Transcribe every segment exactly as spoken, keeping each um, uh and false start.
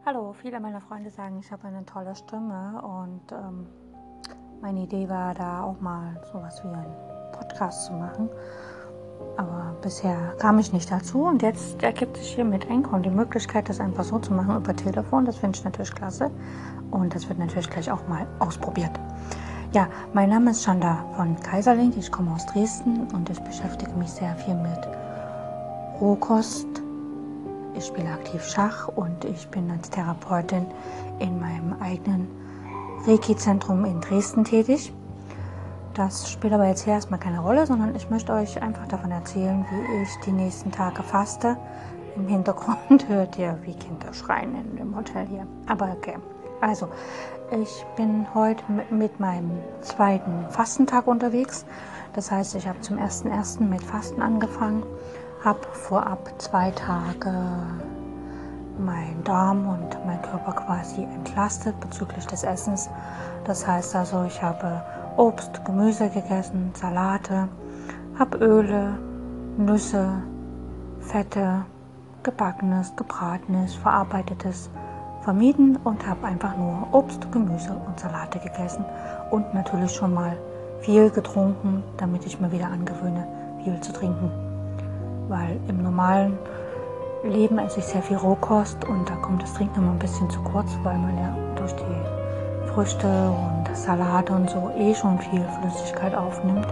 Hallo, viele meiner Freunde sagen, ich habe eine tolle Stimme und ähm, meine Idee war da auch mal sowas wie einen Podcast zu machen, aber bisher kam ich nicht dazu und jetzt ergibt sich hier mit Anchor die Möglichkeit, das einfach so zu machen über Telefon. Das finde ich natürlich klasse und das wird natürlich gleich auch mal ausprobiert. Ja, mein Name ist Chanda von Kaiserling, ich komme aus Dresden und ich beschäftige mich sehr viel mit Rohkost. Ich spiele aktiv Schach und ich bin als Therapeutin in meinem eigenen Reiki-Zentrum in Dresden tätig. Das spielt aber jetzt hier erstmal keine Rolle, sondern ich möchte euch einfach davon erzählen, wie ich die nächsten Tage faste. Im Hintergrund hört ihr, wie Kinder schreien in dem Hotel hier. Aber okay. Also, ich bin heute mit meinem zweiten Fastentag unterwegs. Das heißt, ich habe zum ersten ersten mit Fasten angefangen, habe vorab zwei Tage mein Darm und mein Körper quasi entlastet bezüglich des Essens. Das heißt also, ich habe Obst, Gemüse gegessen, Salate, habe Öle, Nüsse, Fette, gebackenes, gebratenes, verarbeitetes vermieden und habe einfach nur Obst, Gemüse und Salate gegessen und natürlich schon mal viel getrunken, damit ich mir wieder angewöhne, viel zu trinken. Weil im normalen Leben esse ich sehr viel Rohkost und da kommt das Trinken immer ein bisschen zu kurz, weil man ja durch die Früchte und Salate und so eh schon viel Flüssigkeit aufnimmt.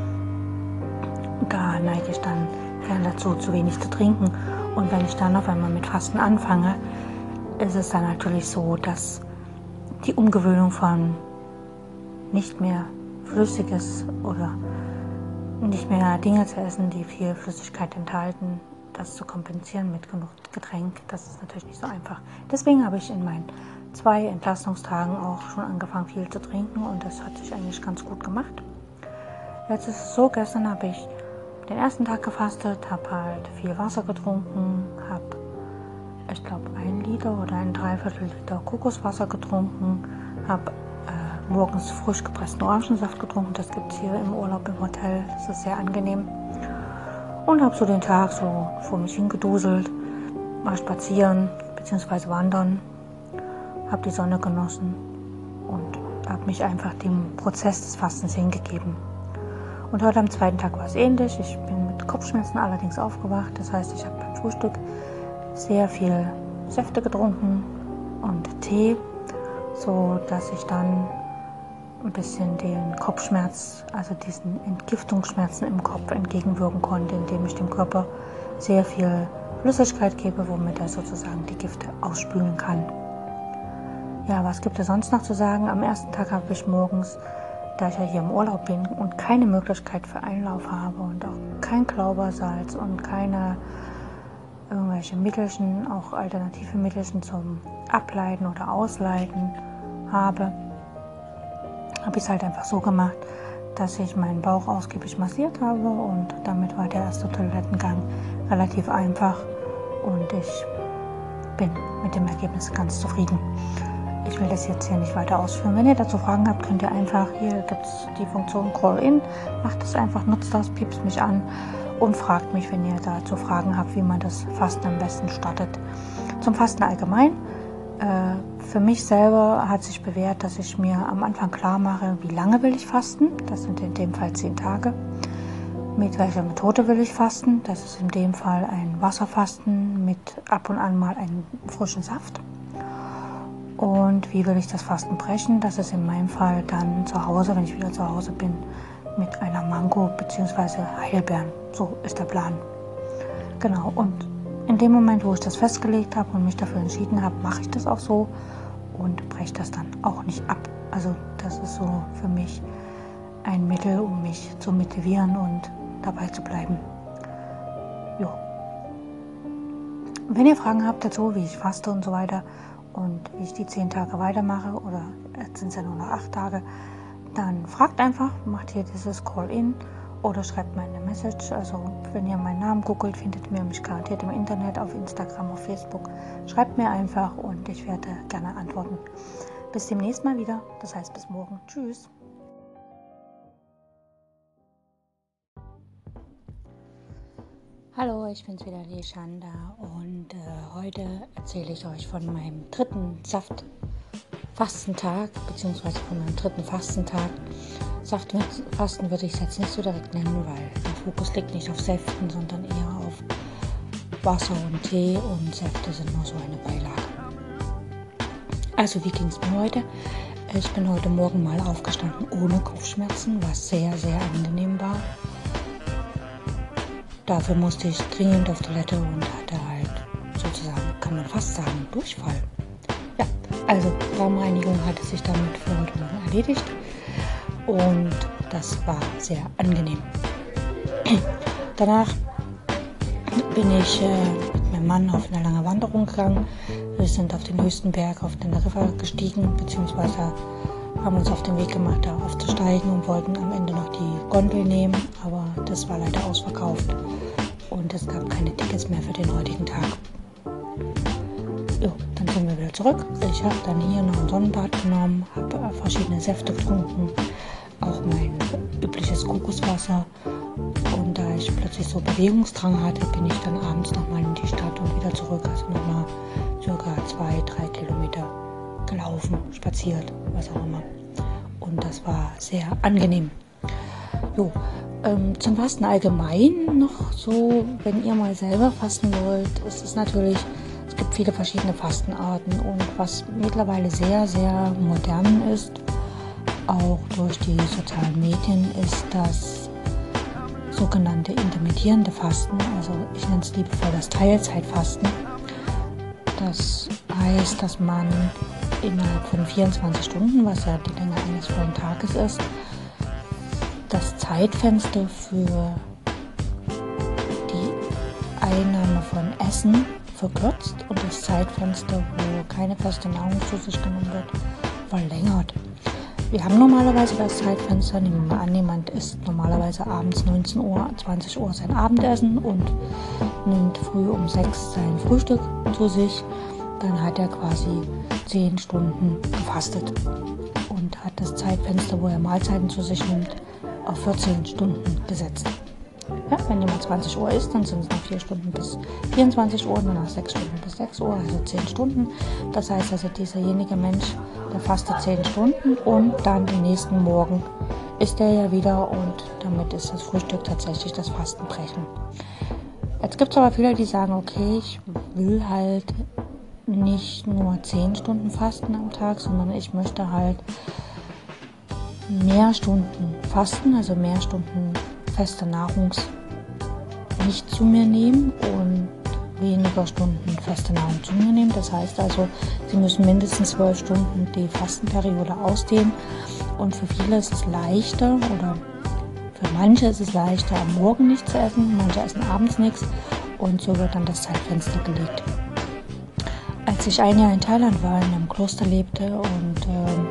Da neige ich dann gern dazu, zu wenig zu trinken. Und wenn ich dann auf einmal mit Fasten anfange, ist es dann natürlich so, dass die Umgewöhnung von nicht mehr Flüssiges oder nicht mehr Dinge zu essen, die viel Flüssigkeit enthalten, das zu kompensieren mit genug Getränk, das ist natürlich nicht so einfach. Deswegen habe ich in meinen zwei Entlastungstagen auch schon angefangen, viel zu trinken und das hat sich eigentlich ganz gut gemacht. Jetzt ist es so, gestern habe ich den ersten Tag gefastet, habe halt viel Wasser getrunken, habe, ich glaube, ein Liter oder ein Dreiviertel Liter Kokoswasser getrunken, habe äh, morgens frisch gepressten Orangensaft getrunken, das gibt es hier im Urlaub im Hotel, das ist sehr angenehm. Und habe so den Tag so vor mich hingeduselt, mal spazieren bzw. wandern, habe die Sonne genossen und habe mich einfach dem Prozess des Fastens hingegeben. Und heute am zweiten Tag war es ähnlich. Ich bin mit Kopfschmerzen allerdings aufgewacht. Das heißt, ich habe beim Frühstück sehr viel Säfte getrunken und Tee, so dass ich dann ein bisschen den Kopfschmerz, also diesen Entgiftungsschmerzen im Kopf entgegenwirken konnte, indem ich dem Körper sehr viel Flüssigkeit gebe, womit er sozusagen die Gifte ausspülen kann. Ja, was gibt es sonst noch zu sagen? Am ersten Tag habe ich morgens, da ich ja hier im Urlaub bin und keine Möglichkeit für Einlauf habe und auch kein Glaubersalz und keine irgendwelche Mittelchen, auch alternative Mittelchen zum Ableiten oder Ausleiten habe, habe ich es halt einfach so gemacht, dass ich meinen Bauch ausgiebig massiert habe und damit war der erste Toilettengang relativ einfach und ich bin mit dem Ergebnis ganz zufrieden. Ich will das jetzt hier nicht weiter ausführen. Wenn ihr dazu Fragen habt, könnt ihr einfach, hier gibt es die Funktion Call-In, macht es einfach, nutzt das, piepst mich an und fragt mich, wenn ihr dazu Fragen habt, wie man das Fasten am besten startet. Zum Fasten allgemein. Für mich selber hat sich bewährt, dass ich mir am Anfang klar mache, wie lange will ich fasten. Das sind in dem Fall zehn Tage. Mit welcher Methode will ich fasten? Das ist in dem Fall ein Wasserfasten mit ab und an mal einem frischen Saft. Und wie will ich das Fasten brechen? Das ist in meinem Fall dann zu Hause, wenn ich wieder zu Hause bin, mit einer Mango bzw. Heidelbeeren. So ist der Plan. Genau, und in dem Moment, wo ich das festgelegt habe und mich dafür entschieden habe, mache ich das auch so und breche das dann auch nicht ab. Also das ist so für mich ein Mittel, um mich zu motivieren und dabei zu bleiben. Jo. Wenn ihr Fragen habt dazu, wie ich faste und so weiter und wie ich die zehn Tage weitermache, oder jetzt sind es ja nur noch acht Tage, dann fragt einfach, macht hier dieses Call-In oder schreibt mir eine Message. Also wenn ihr meinen Namen googelt, findet ihr mich garantiert im Internet, auf Instagram, auf Facebook. Schreibt mir einfach und ich werde gerne antworten. Bis demnächst mal wieder, das heißt bis morgen. Tschüss. Hallo, ich bin's wieder, die Shanda, und äh, heute erzähle ich euch von meinem dritten Saftfastentag, beziehungsweise von meinem dritten Fastentag. Saftfasten würde ich es jetzt nicht so direkt nennen, weil der Fokus liegt nicht auf Säften, sondern eher auf Wasser und Tee, und Säfte sind nur so eine Beilage. Also wie ging es mir heute? Ich bin heute Morgen mal aufgestanden ohne Kopfschmerzen, was sehr, sehr angenehm war. Dafür musste ich dringend auf Toilette und hatte halt sozusagen, kann man fast sagen, Durchfall. Ja, also Darmreinigung hatte sich damit für heute Morgen erledigt und das war sehr angenehm. Danach bin ich äh, mit meinem Mann auf eine lange Wanderung gegangen. Wir sind auf den höchsten Berg auf Teneriffa gestiegen, beziehungsweise haben uns auf den Weg gemacht, da aufzusteigen, und wollten am Ende noch die Gondel nehmen, aber das war leider ausverkauft und es gab keine Tickets mehr für den heutigen Tag. Jo, dann sind wir wieder zurück. Ich habe dann hier noch ein Sonnenbad genommen, habe verschiedene Säfte getrunken, auch mein übliches Kokoswasser. Und da ich plötzlich so Bewegungsdrang hatte, bin ich dann abends nochmal in die Stadt und wieder zurück. Also nochmal circa zwei, drei Kilometer gelaufen, spaziert, was auch immer. Und das war sehr angenehm. Jo, ähm, zum Fasten allgemein noch so, wenn ihr mal selber fasten wollt, ist es natürlich, es gibt viele verschiedene Fastenarten, und was mittlerweile sehr, sehr modern ist, auch durch die sozialen Medien, ist das sogenannte intermittierende Fasten, also ich nenne es liebevoll das Teilzeitfasten. Das heißt, dass man innerhalb von vierundzwanzig Stunden, was ja die Länge eines vollen Tages ist, das Zeitfenster für die Einnahme von Essen verkürzt und das Zeitfenster, wo keine feste Nahrung zu sich genommen wird, verlängert. Wir haben normalerweise das Zeitfenster, nehmen wir mal an, jemand isst normalerweise abends neunzehn Uhr, zwanzig Uhr sein Abendessen und nimmt früh um sechs sein Frühstück zu sich, dann hat er quasi zehn Stunden gefastet und hat das Zeitfenster, wo er Mahlzeiten zu sich nimmt, auf vierzehn Stunden gesetzt. Ja, wenn jemand zwanzig Uhr isst, dann sind es noch vier Stunden bis vierundzwanzig Uhr, danach sechs Stunden bis sechs Uhr, also zehn Stunden. Das heißt also, dieserjenige Mensch, der fastet zehn Stunden und dann den nächsten Morgen isst er ja wieder, und damit ist das Frühstück tatsächlich das Fastenbrechen. Jetzt gibt es aber viele, die sagen, okay, ich will halt nicht nur zehn Stunden fasten am Tag, sondern ich möchte halt mehr Stunden fasten, also mehr Stunden feste Nahrung nicht zu mir nehmen und weniger Stunden feste Nahrung zu mir nehmen. Das heißt also, sie müssen mindestens zwölf Stunden die Fastenperiode ausdehnen, und für viele ist es leichter, oder für manche ist es leichter, am Morgen nichts zu essen, manche essen abends nichts, und so wird dann das Zeitfenster gelegt. Als ich ein Jahr in Thailand war, in einem Kloster lebte und äh,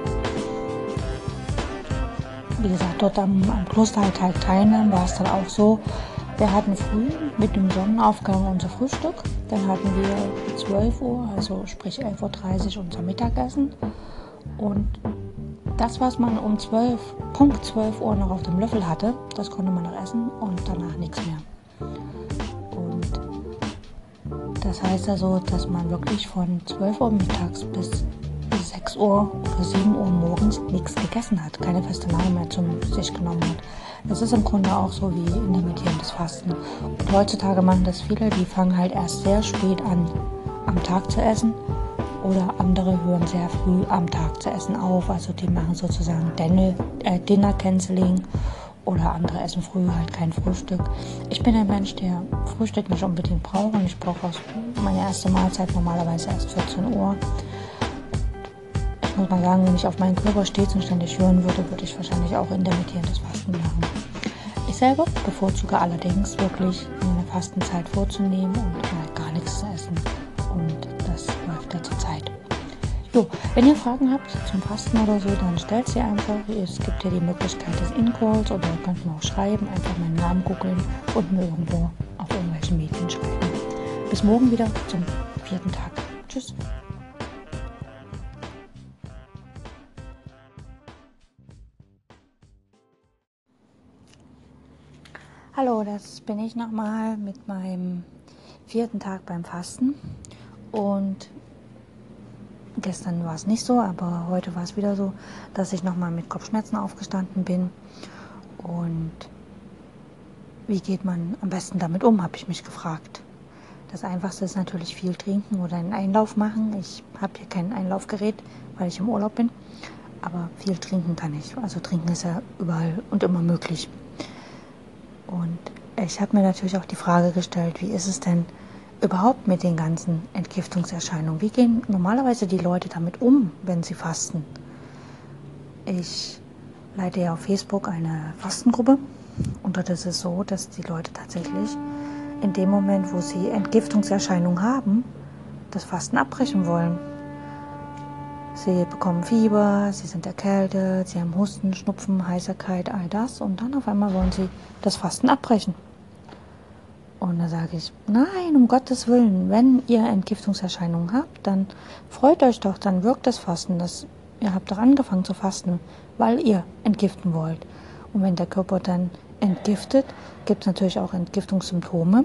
wie gesagt, dort am, am Klosteralltag teilnahmen, war es dann auch so, wir hatten früh mit dem Sonnenaufgang unser Frühstück, dann hatten wir zwölf Uhr, also sprich elf Uhr dreißig unser Mittagessen, und das, was man um zwölf, Punkt zwölf Uhr noch auf dem Löffel hatte, das konnte man noch essen und danach nichts mehr. Und das heißt also, dass man wirklich von zwölf Uhr mittags bis sechs Uhr oder sieben Uhr morgens nichts gegessen hat, keine feste Nahrung mehr zu sich genommen hat. Das ist im Grunde auch so wie intermittierendes Fasten. Und heutzutage machen das viele, die fangen halt erst sehr spät an, am Tag zu essen, oder andere hören sehr früh am Tag zu essen auf, also die machen sozusagen Dinner, äh, Dinner Canceling, oder andere essen früh halt kein Frühstück. Ich bin ein Mensch, der Frühstück nicht unbedingt braucht, und ich brauche meine erste Mahlzeit normalerweise erst vierzehn Uhr. Ich muss mal sagen, wenn ich auf meinen Körper stets und ständig hören würde, würde ich wahrscheinlich auch intermittierendes Fasten machen. Ich selber bevorzuge allerdings wirklich, mir eine Fastenzeit vorzunehmen und mal gar nichts zu essen. Und das läuft ja zur Zeit. Jo, wenn ihr Fragen habt zum Fasten oder so, dann stellt sie einfach. Es gibt ja die Möglichkeit des In-Calls, oder ihr könnt mir auch schreiben, einfach meinen Namen googeln und mir irgendwo auf irgendwelchen Medien schreiben. Bis morgen wieder zum vierten Tag. Tschüss. Hallo, das bin ich nochmal mit meinem vierten Tag beim Fasten. Und gestern war es nicht so, aber heute war es wieder so, dass ich nochmal mit Kopfschmerzen aufgestanden bin. Und wie geht man am besten damit um, habe ich mich gefragt. Das Einfachste ist natürlich viel trinken oder einen Einlauf machen. Ich habe hier kein Einlaufgerät, weil ich im Urlaub bin. Aber viel trinken kann ich. Also trinken ist ja überall und immer möglich. Und ich habe mir natürlich auch die Frage gestellt, wie ist es denn überhaupt mit den ganzen Entgiftungserscheinungen? Wie gehen normalerweise die Leute damit um, wenn sie fasten? Ich leite ja auf Facebook eine Fastengruppe und dort ist es so, dass die Leute tatsächlich in dem Moment, wo sie Entgiftungserscheinungen haben, das Fasten abbrechen wollen. Sie bekommen Fieber, sie sind erkältet, sie haben Husten, Schnupfen, Heiserkeit, all das und dann auf einmal wollen sie das Fasten abbrechen. Und da sage ich, nein, um Gottes Willen, wenn ihr Entgiftungserscheinungen habt, dann freut euch doch, dann wirkt das Fasten. Das, ihr habt doch angefangen zu fasten, weil ihr entgiften wollt. Und wenn der Körper dann entgiftet, gibt es natürlich auch Entgiftungssymptome.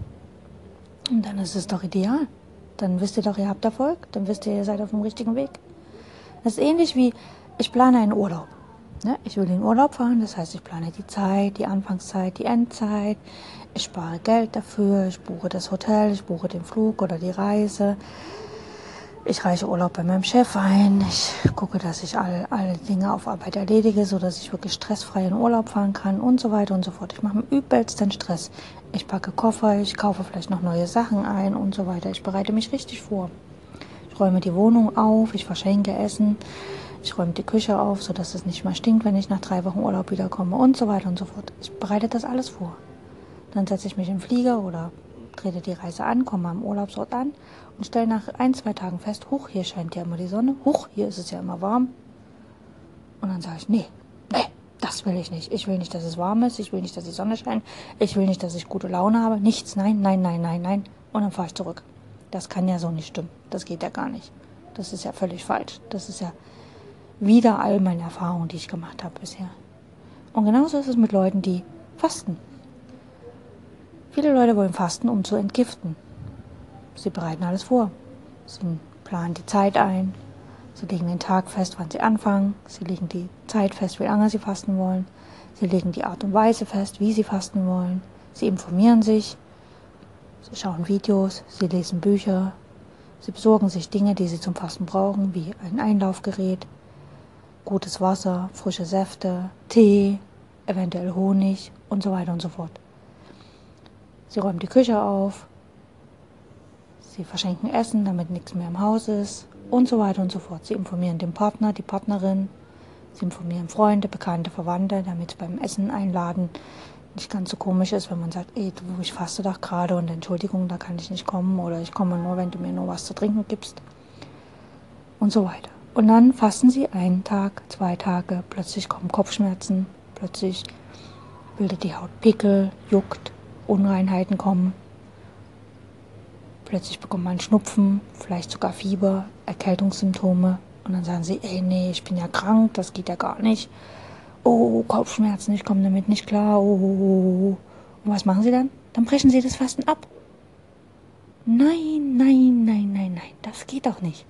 Und dann ist es doch ideal. Dann wisst ihr doch, ihr habt Erfolg. Dann wisst ihr, ihr seid auf dem richtigen Weg. Das ist ähnlich wie, ich plane einen Urlaub. Ne? Ich will in den Urlaub fahren, das heißt, ich plane die Zeit, die Anfangszeit, die Endzeit. Ich spare Geld dafür, ich buche das Hotel, ich buche den Flug oder die Reise. Ich reiche Urlaub bei meinem Chef ein. Ich gucke, dass ich all, alle Dinge auf Arbeit erledige, sodass ich wirklich stressfrei in Urlaub fahren kann und so weiter und so fort. Ich mache mir übelsten Stress. Ich packe Koffer, ich kaufe vielleicht noch neue Sachen ein und so weiter. Ich bereite mich richtig vor. Ich räume die Wohnung auf, ich verschenke Essen, ich räume die Küche auf, sodass es nicht mehr stinkt, wenn ich nach drei Wochen Urlaub wiederkomme und so weiter und so fort. Ich bereite das alles vor. Dann setze ich mich im Flieger oder trete die Reise an, komme am Urlaubsort an und stelle nach ein, zwei Tagen fest, huch, hier scheint ja immer die Sonne, huch, hier ist es ja immer warm. Und dann sage ich, nee, nee, das will ich nicht. Ich will nicht, dass es warm ist, ich will nicht, dass die Sonne scheint, ich will nicht, dass ich gute Laune habe, nichts, nein, nein, nein, nein, nein. Und dann fahre ich zurück. Das kann ja so nicht stimmen. Das geht ja gar nicht. Das ist ja völlig falsch. Das ist ja wider all meine Erfahrungen, die ich gemacht habe bisher. Und genauso ist es mit Leuten, die fasten. Viele Leute wollen fasten, um zu entgiften. Sie bereiten alles vor. Sie planen die Zeit ein. Sie legen den Tag fest, wann sie anfangen. Sie legen die Zeit fest, wie lange sie fasten wollen. Sie legen die Art und Weise fest, wie sie fasten wollen. Sie informieren sich. Sie schauen Videos, sie lesen Bücher, sie besorgen sich Dinge, die sie zum Fasten brauchen, wie ein Einlaufgerät, gutes Wasser, frische Säfte, Tee, eventuell Honig und so weiter und so fort. Sie räumen die Küche auf, sie verschenken Essen, damit nichts mehr im Haus ist und so weiter und so fort. Sie informieren den Partner, die Partnerin, sie informieren Freunde, Bekannte, Verwandte, damit beim Essen einladen nicht ganz so komisch ist, wenn man sagt, ey, du, ich faste doch gerade und Entschuldigung, da kann ich nicht kommen oder ich komme nur, wenn du mir nur was zu trinken gibst und so weiter. Und dann fasten sie einen Tag, zwei Tage, plötzlich kommen Kopfschmerzen, plötzlich bildet die Haut Pickel, juckt, Unreinheiten kommen, plötzlich bekommt man Schnupfen, vielleicht sogar Fieber, Erkältungssymptome und dann sagen sie, ey, nee, ich bin ja krank, das geht ja gar nicht. Oh, Kopfschmerzen, ich komme damit nicht klar. Oh, oh, oh. Und was machen sie dann? Dann brechen sie das Fasten ab. Nein, nein, nein, nein, nein, das geht doch nicht.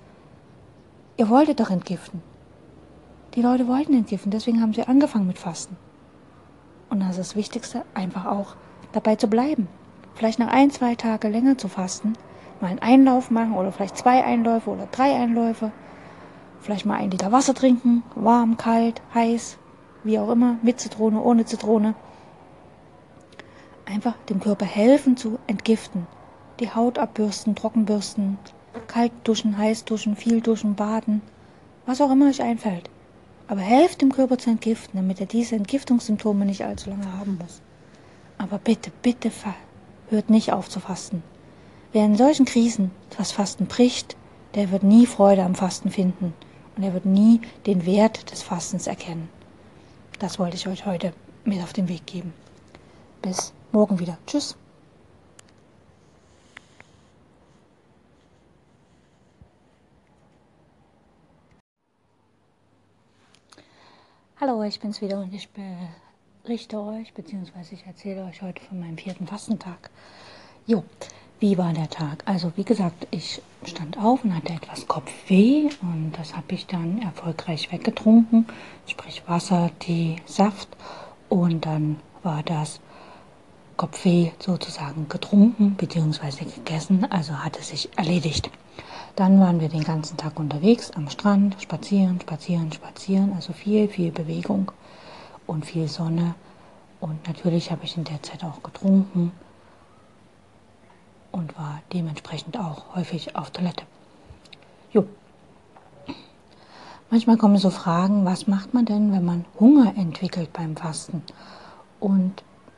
Ihr wolltet doch entgiften. Die Leute wollten entgiften, deswegen haben sie angefangen mit Fasten. Und das ist das Wichtigste, einfach auch dabei zu bleiben. Vielleicht nach ein, zwei Tage länger zu fasten, mal einen Einlauf machen oder vielleicht zwei Einläufe oder drei Einläufe. Vielleicht mal ein Liter Wasser trinken, warm, kalt, heiß, wie auch immer, mit Zitrone, ohne Zitrone. Einfach dem Körper helfen zu entgiften. Die Haut abbürsten, trockenbürsten, kalt duschen, heiß duschen, viel duschen, baden, was auch immer euch einfällt. Aber helft dem Körper zu entgiften, damit er diese Entgiftungssymptome nicht allzu lange haben muss. Aber bitte, bitte hört nicht auf zu fasten. Wer in solchen Krisen das Fasten bricht, der wird nie Freude am Fasten finden und er wird nie den Wert des Fastens erkennen. Das wollte ich euch heute mit auf den Weg geben. Bis morgen wieder. Tschüss. Hallo, ich bin's wieder und ich berichte euch, beziehungsweise ich erzähle euch heute von meinem vierten Fastentag. Jo, wie war der Tag? Also wie gesagt, ich stand auf und hatte etwas Kopfweh und das habe ich dann erfolgreich weggetrunken, sprich Wasser, Tee, Saft, und dann war das Kopfweh sozusagen getrunken bzw. gegessen, also hat es sich erledigt. Dann waren wir den ganzen Tag unterwegs am Strand, spazieren, spazieren, spazieren, also viel, viel Bewegung und viel Sonne. Und natürlich habe ich in der Zeit auch getrunken und war dementsprechend auch häufig auf Toilette. Jo. Manchmal kommen so Fragen, was macht man denn, wenn man Hunger entwickelt beim Fasten? Und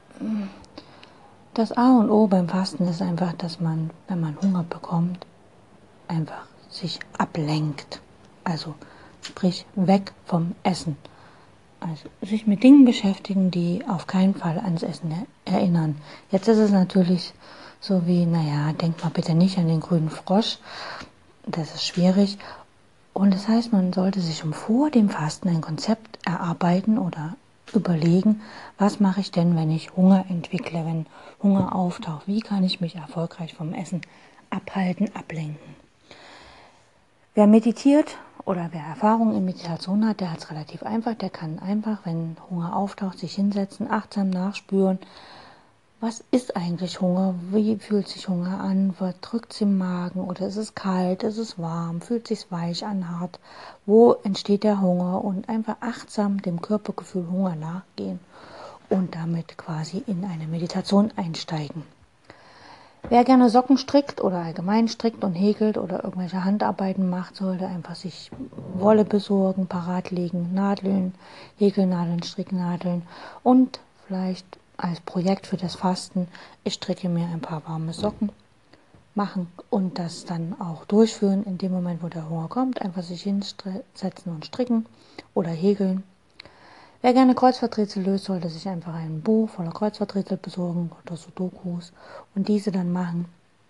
das A und O beim Fasten ist einfach, dass man, wenn man Hunger bekommt, einfach sich ablenkt. Also sprich weg vom Essen. Also sich mit Dingen beschäftigen, die auf keinen Fall ans Essen erinnern. Jetzt ist es natürlich so wie, naja, denk mal bitte nicht an den grünen Frosch. Das ist schwierig. Und das heißt, man sollte sich schon vor dem Fasten ein Konzept erarbeiten oder überlegen, was mache ich denn, wenn ich Hunger entwickle, wenn Hunger auftaucht? Wie kann ich mich erfolgreich vom Essen abhalten, ablenken? Wer meditiert oder wer Erfahrung in Meditation hat, der hat es relativ einfach. Der kann einfach, wenn Hunger auftaucht, sich hinsetzen, achtsam nachspüren. Was ist eigentlich Hunger? Wie fühlt sich Hunger an? Was drückt es im Magen? Oder ist es kalt? Ist es warm? Fühlt es sich weich an, hart? Wo entsteht der Hunger? Und einfach achtsam dem Körpergefühl Hunger nachgehen und damit quasi in eine Meditation einsteigen. Wer gerne Socken strickt oder allgemein strickt und häkelt oder irgendwelche Handarbeiten macht, sollte einfach sich Wolle besorgen, parat legen, Nadeln, Häkelnadeln, Stricknadeln und vielleicht als Projekt für das Fasten, ich stricke mir ein paar warme Socken machen und das dann auch durchführen in dem Moment, wo der Hunger kommt, einfach sich hinsetzen und stricken oder häkeln. Wer gerne Kreuzworträtsel löst, sollte sich einfach ein Buch voller Kreuzworträtsel besorgen oder Sudokus und diese dann machen.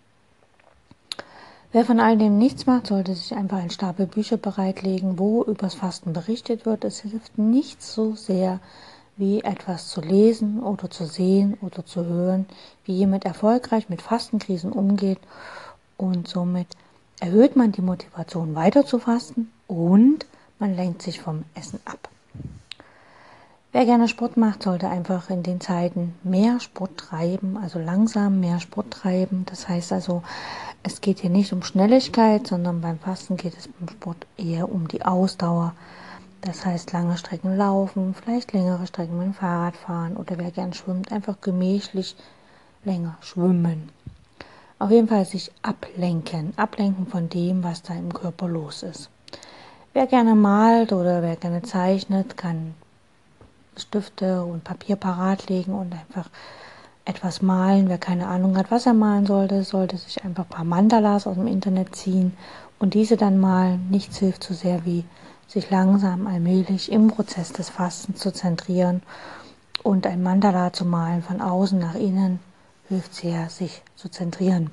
Wer von all dem nichts macht, sollte sich einfach einen Stapel Bücher bereitlegen, wo übers Fasten berichtet wird. Es hilft nicht so sehr, wie etwas zu lesen oder zu sehen oder zu hören, wie jemand erfolgreich mit Fastenkrisen umgeht, und somit erhöht man die Motivation weiter zu fasten und man lenkt sich vom Essen ab. Wer gerne Sport macht, sollte einfach in den Zeiten mehr Sport treiben, also langsam mehr Sport treiben. Das heißt also, es geht hier nicht um Schnelligkeit, sondern beim Fasten geht es beim Sport eher um die Ausdauer. Das heißt, lange Strecken laufen, vielleicht längere Strecken mit dem Fahrrad fahren oder wer gern schwimmt, einfach gemächlich länger schwimmen. Auf jeden Fall sich ablenken, ablenken von dem, was da im Körper los ist. Wer gerne malt oder wer gerne zeichnet, kann Stifte und Papier parat legen und einfach etwas malen. Wer keine Ahnung hat, was er malen sollte, sollte sich einfach ein paar Mandalas aus dem Internet ziehen und diese dann malen. Nichts hilft so sehr wie sich langsam allmählich im Prozess des Fastens zu zentrieren und ein Mandala zu malen von außen nach innen hilft sehr, sich zu zentrieren.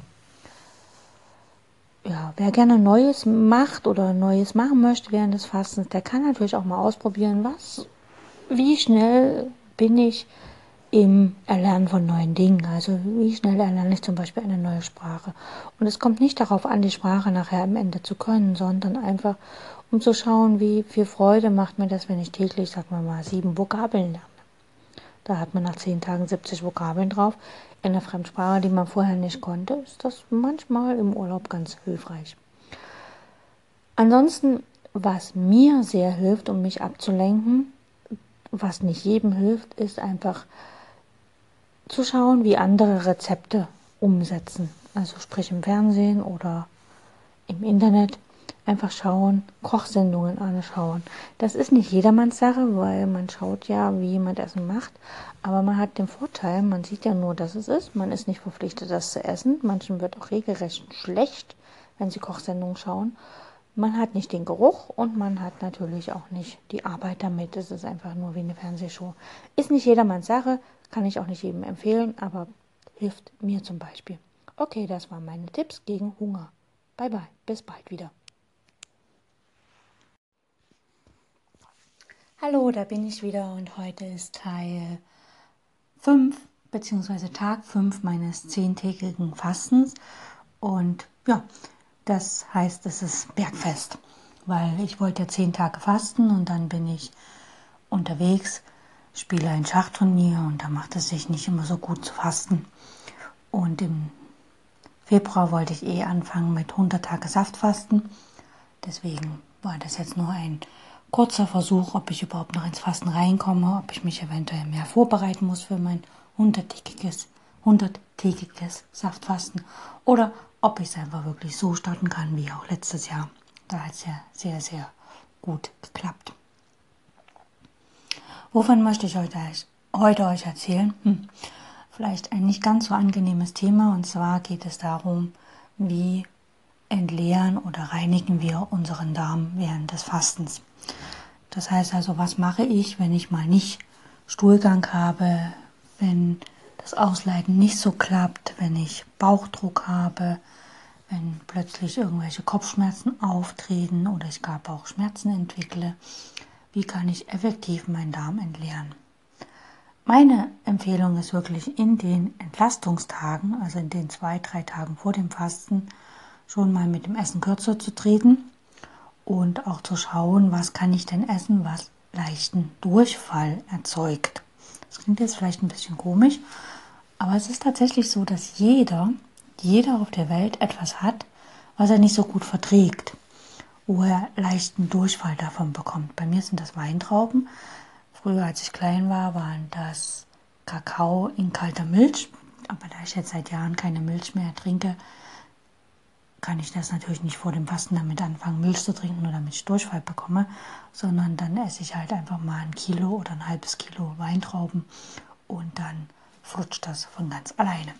Ja, wer gerne Neues macht oder Neues machen möchte während des Fastens, der kann natürlich auch mal ausprobieren, was Wie schnell bin ich im Erlernen von neuen Dingen? Also wie schnell erlerne ich zum Beispiel eine neue Sprache? Und es kommt nicht darauf an, die Sprache nachher am Ende zu können, sondern einfach, um zu schauen, wie viel Freude macht mir das, wenn ich täglich, sagen wir mal, sieben Vokabeln lerne. Da hat man nach zehn Tagen siebzig Vokabeln drauf. In einer Fremdsprache, die man vorher nicht konnte, ist das manchmal im Urlaub ganz hilfreich. Ansonsten, was mir sehr hilft, um mich abzulenken, was nicht jedem hilft, ist einfach zu schauen, wie andere Rezepte umsetzen. Also sprich im Fernsehen oder im Internet. Einfach schauen, Kochsendungen anschauen. Das ist nicht jedermanns Sache, weil man schaut ja, wie jemand Essen macht. Aber man hat den Vorteil, man sieht ja nur, dass es ist. Man ist nicht verpflichtet, das zu essen. Manchen wird auch regelrecht schlecht, wenn sie Kochsendungen schauen. Man hat nicht den Geruch und man hat natürlich auch nicht die Arbeit damit. Es ist einfach nur wie eine Fernsehshow. Ist nicht jedermanns Sache, kann ich auch nicht jedem empfehlen, aber hilft mir zum Beispiel. Okay, das waren meine Tipps gegen Hunger. Bye bye, bis bald wieder. Hallo, da bin ich wieder und heute ist Teil fünf bzw. Tag fünf meines zehntägigen Fastens. Und ja, das heißt, es ist Bergfest, weil ich wollte ja zehn Tage fasten und dann bin ich unterwegs, spiele ein Schachturnier und da macht es sich nicht immer so gut zu fasten. Und im Februar wollte ich eh anfangen mit hundert Tage Saftfasten. Deswegen war das jetzt nur ein kurzer Versuch, ob ich überhaupt noch ins Fasten reinkomme, ob ich mich eventuell mehr vorbereiten muss für mein hunderttägiges, hunderttägiges Saftfasten oder ob ich es einfach wirklich so starten kann wie auch letztes Jahr. Da hat es ja sehr, sehr gut geklappt. Wovon möchte ich heute, heute euch erzählen? Hm. Vielleicht ein nicht ganz so angenehmes Thema, und zwar geht es darum, wie entleeren oder reinigen wir unseren Darm während des Fastens. Das heißt also, was mache ich, wenn ich mal nicht Stuhlgang habe, wenn das Ausleiten nicht so klappt, wenn ich Bauchdruck habe, wenn plötzlich irgendwelche Kopfschmerzen auftreten oder ich gar Bauchschmerzen entwickle. Wie kann ich effektiv meinen Darm entleeren? Meine Empfehlung ist wirklich in den Entlastungstagen, also in den zwei, drei Tagen vor dem Fasten, schon mal mit dem Essen kürzer zu treten und auch zu schauen, was kann ich denn essen, was leichten Durchfall erzeugt. Das klingt jetzt vielleicht ein bisschen komisch, aber es ist tatsächlich so, dass jeder, jeder auf der Welt etwas hat, was er nicht so gut verträgt, wo er leichten Durchfall davon bekommt. Bei mir sind das Weintrauben. Früher, als ich klein war, waren das Kakao in kalter Milch. Aber da ich jetzt seit Jahren keine Milch mehr trinke, kann ich das natürlich nicht vor dem Fasten damit anfangen, Milch zu trinken, nur damit ich Durchfall bekomme, sondern dann esse ich halt einfach mal ein Kilo oder ein halbes Kilo Weintrauben und dann flutscht das von ganz alleine.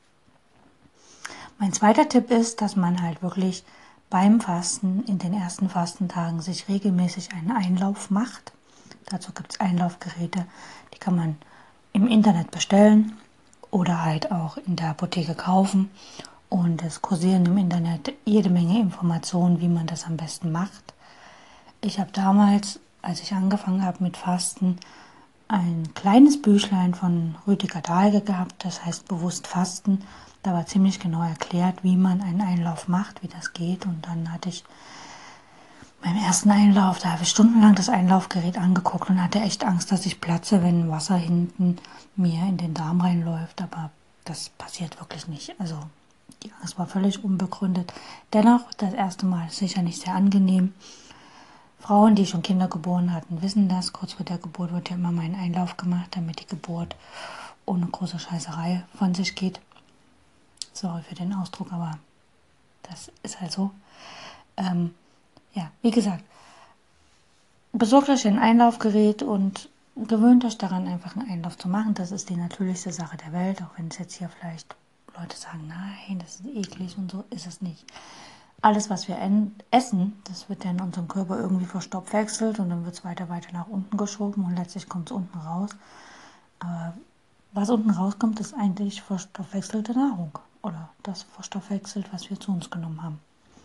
Mein zweiter Tipp ist, dass man halt wirklich beim Fasten in den ersten Fastentagen sich regelmäßig einen Einlauf macht. Dazu gibt es Einlaufgeräte, die kann man im Internet bestellen oder halt auch in der Apotheke kaufen. Und es kursieren im Internet jede Menge Informationen, wie man das am besten macht. Ich habe damals, als ich angefangen habe mit Fasten, ein kleines Büchlein von Rüdiger Dahlke gehabt, das heißt Bewusst Fasten. Da war ziemlich genau erklärt, wie man einen Einlauf macht, wie das geht. Und dann hatte ich beim ersten Einlauf, da habe ich stundenlang das Einlaufgerät angeguckt und hatte echt Angst, dass ich platze, wenn Wasser hinten mir in den Darm reinläuft. Aber das passiert wirklich nicht. Also die Angst war völlig unbegründet. Dennoch, das erste Mal ist sicher nicht sehr angenehm. Frauen, die schon Kinder geboren hatten, wissen das. Kurz vor der Geburt wird ja immer mal ein Einlauf gemacht, damit die Geburt ohne große Scheißerei von sich geht. Sorry für den Ausdruck, aber das ist halt so. Ähm, ja, wie gesagt, besorgt euch ein Einlaufgerät und gewöhnt euch daran, einfach einen Einlauf zu machen. Das ist die natürlichste Sache der Welt, auch wenn es jetzt hier vielleicht Leute sagen, nein, das ist eklig und so, ist es nicht. Alles, was wir essen, das wird ja in unserem Körper irgendwie verstoffwechselt und dann wird es weiter, weiter nach unten geschoben und letztlich kommt es unten raus. Aber was unten rauskommt, ist eigentlich verstoffwechselte Nahrung oder das verstoffwechselt, was wir zu uns genommen haben.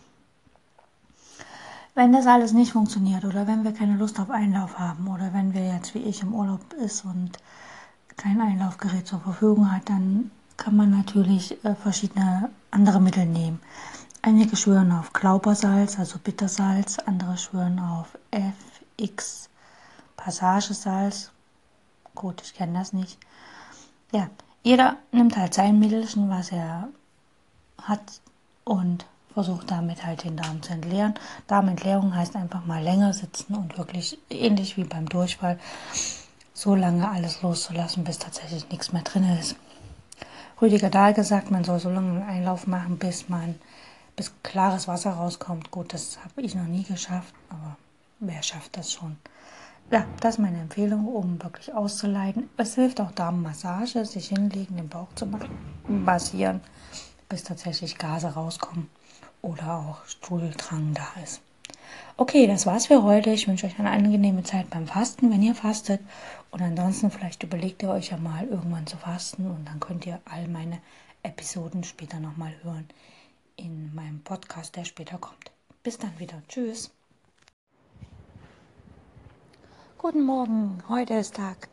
Wenn das alles nicht funktioniert oder wenn wir keine Lust auf Einlauf haben oder wenn wir jetzt wie ich im Urlaub ist und kein Einlaufgerät zur Verfügung hat, dann kann man natürlich äh, verschiedene andere Mittel nehmen. Einige schwören auf Glaubersalz, also Bittersalz, andere schwören auf F X Passagesalz. Gut, ich kenne das nicht. Ja, jeder nimmt halt sein Mittelchen, was er hat und versucht damit halt den Darm zu entleeren. Darmentleerung heißt einfach mal länger sitzen und wirklich ähnlich wie beim Durchfall so lange alles loszulassen, bis tatsächlich nichts mehr drin ist. Rüdiger Dahlke sagt, man soll so lange einen Einlauf machen, bis man bis klares Wasser rauskommt. Gut, das habe ich noch nie geschafft, aber wer schafft das schon? Ja, das ist meine Empfehlung, um wirklich auszuleiten. Es hilft auch Darmmassage, sich hinlegen, den Bauch zu machen, massieren, bis tatsächlich Gase rauskommen oder auch Stuhldrang da ist. Okay, das war's für heute. Ich wünsche euch eine angenehme Zeit beim Fasten, wenn ihr fastet. Und ansonsten vielleicht überlegt ihr euch ja mal irgendwann zu fasten und dann könnt ihr all meine Episoden später nochmal hören in meinem Podcast, der später kommt. Bis dann wieder. Tschüss. Guten Morgen. Heute ist Tag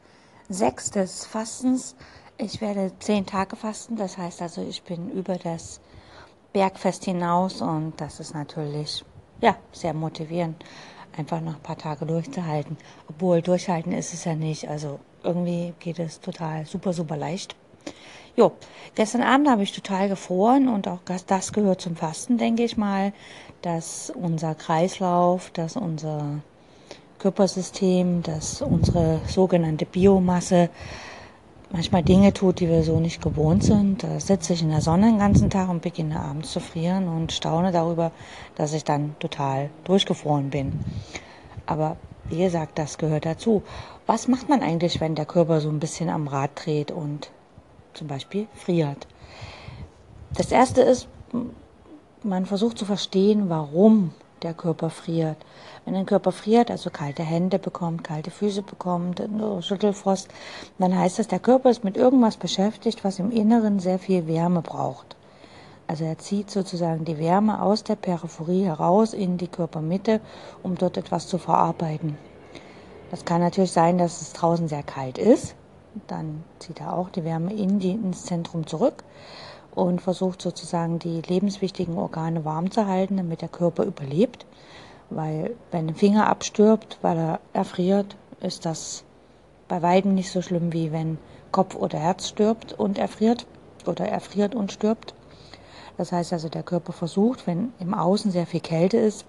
Sechs des Fastens. Ich werde zehn Tage fasten, das heißt also, ich bin über das Bergfest hinaus und das ist natürlich ja sehr motivierend, einfach noch ein paar Tage durchzuhalten. Obwohl durchhalten ist es ja nicht, also irgendwie geht es total super, super leicht. Jo, gestern Abend habe ich total gefroren und auch das, das gehört zum Fasten, denke ich mal, dass unser Kreislauf, dass unser Körpersystem, dass unsere sogenannte Biomasse manchmal Dinge tut, die wir so nicht gewohnt sind. Da sitze ich in der Sonne den ganzen Tag und beginne abends zu frieren und staune darüber, dass ich dann total durchgefroren bin. Aber wie gesagt, das gehört dazu. Was macht man eigentlich, wenn der Körper so ein bisschen am Rad dreht und zum Beispiel friert? Das erste ist, man versucht zu verstehen, warum der Körper friert. Wenn ein Körper friert, also kalte Hände bekommt, kalte Füße bekommt, Schüttelfrost, dann heißt das, der Körper ist mit irgendwas beschäftigt, was im Inneren sehr viel Wärme braucht. Also er zieht sozusagen die Wärme aus der Peripherie heraus in die Körpermitte, um dort etwas zu verarbeiten. Das kann natürlich sein, dass es draußen sehr kalt ist. Dann zieht er auch die Wärme in die, ins Zentrum zurück und versucht sozusagen die lebenswichtigen Organe warm zu halten, damit der Körper überlebt. Weil wenn ein Finger abstirbt, weil er erfriert, ist das bei weitem nicht so schlimm, wie wenn Kopf oder Herz stirbt und erfriert oder erfriert und stirbt. Das heißt also, der Körper versucht, wenn im Außen sehr viel Kälte ist,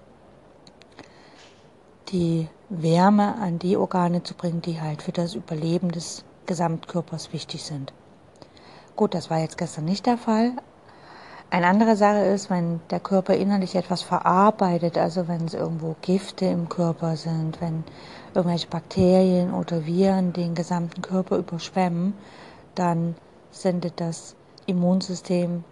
die Wärme an die Organe zu bringen, die halt für das Überleben des Gesamtkörpers wichtig sind. Gut, das war jetzt gestern nicht der Fall. Eine andere Sache ist, wenn der Körper innerlich etwas verarbeitet, also wenn es irgendwo Gifte im Körper sind, wenn irgendwelche Bakterien oder Viren den gesamten Körper überschwemmen, dann sendet das Immunsystem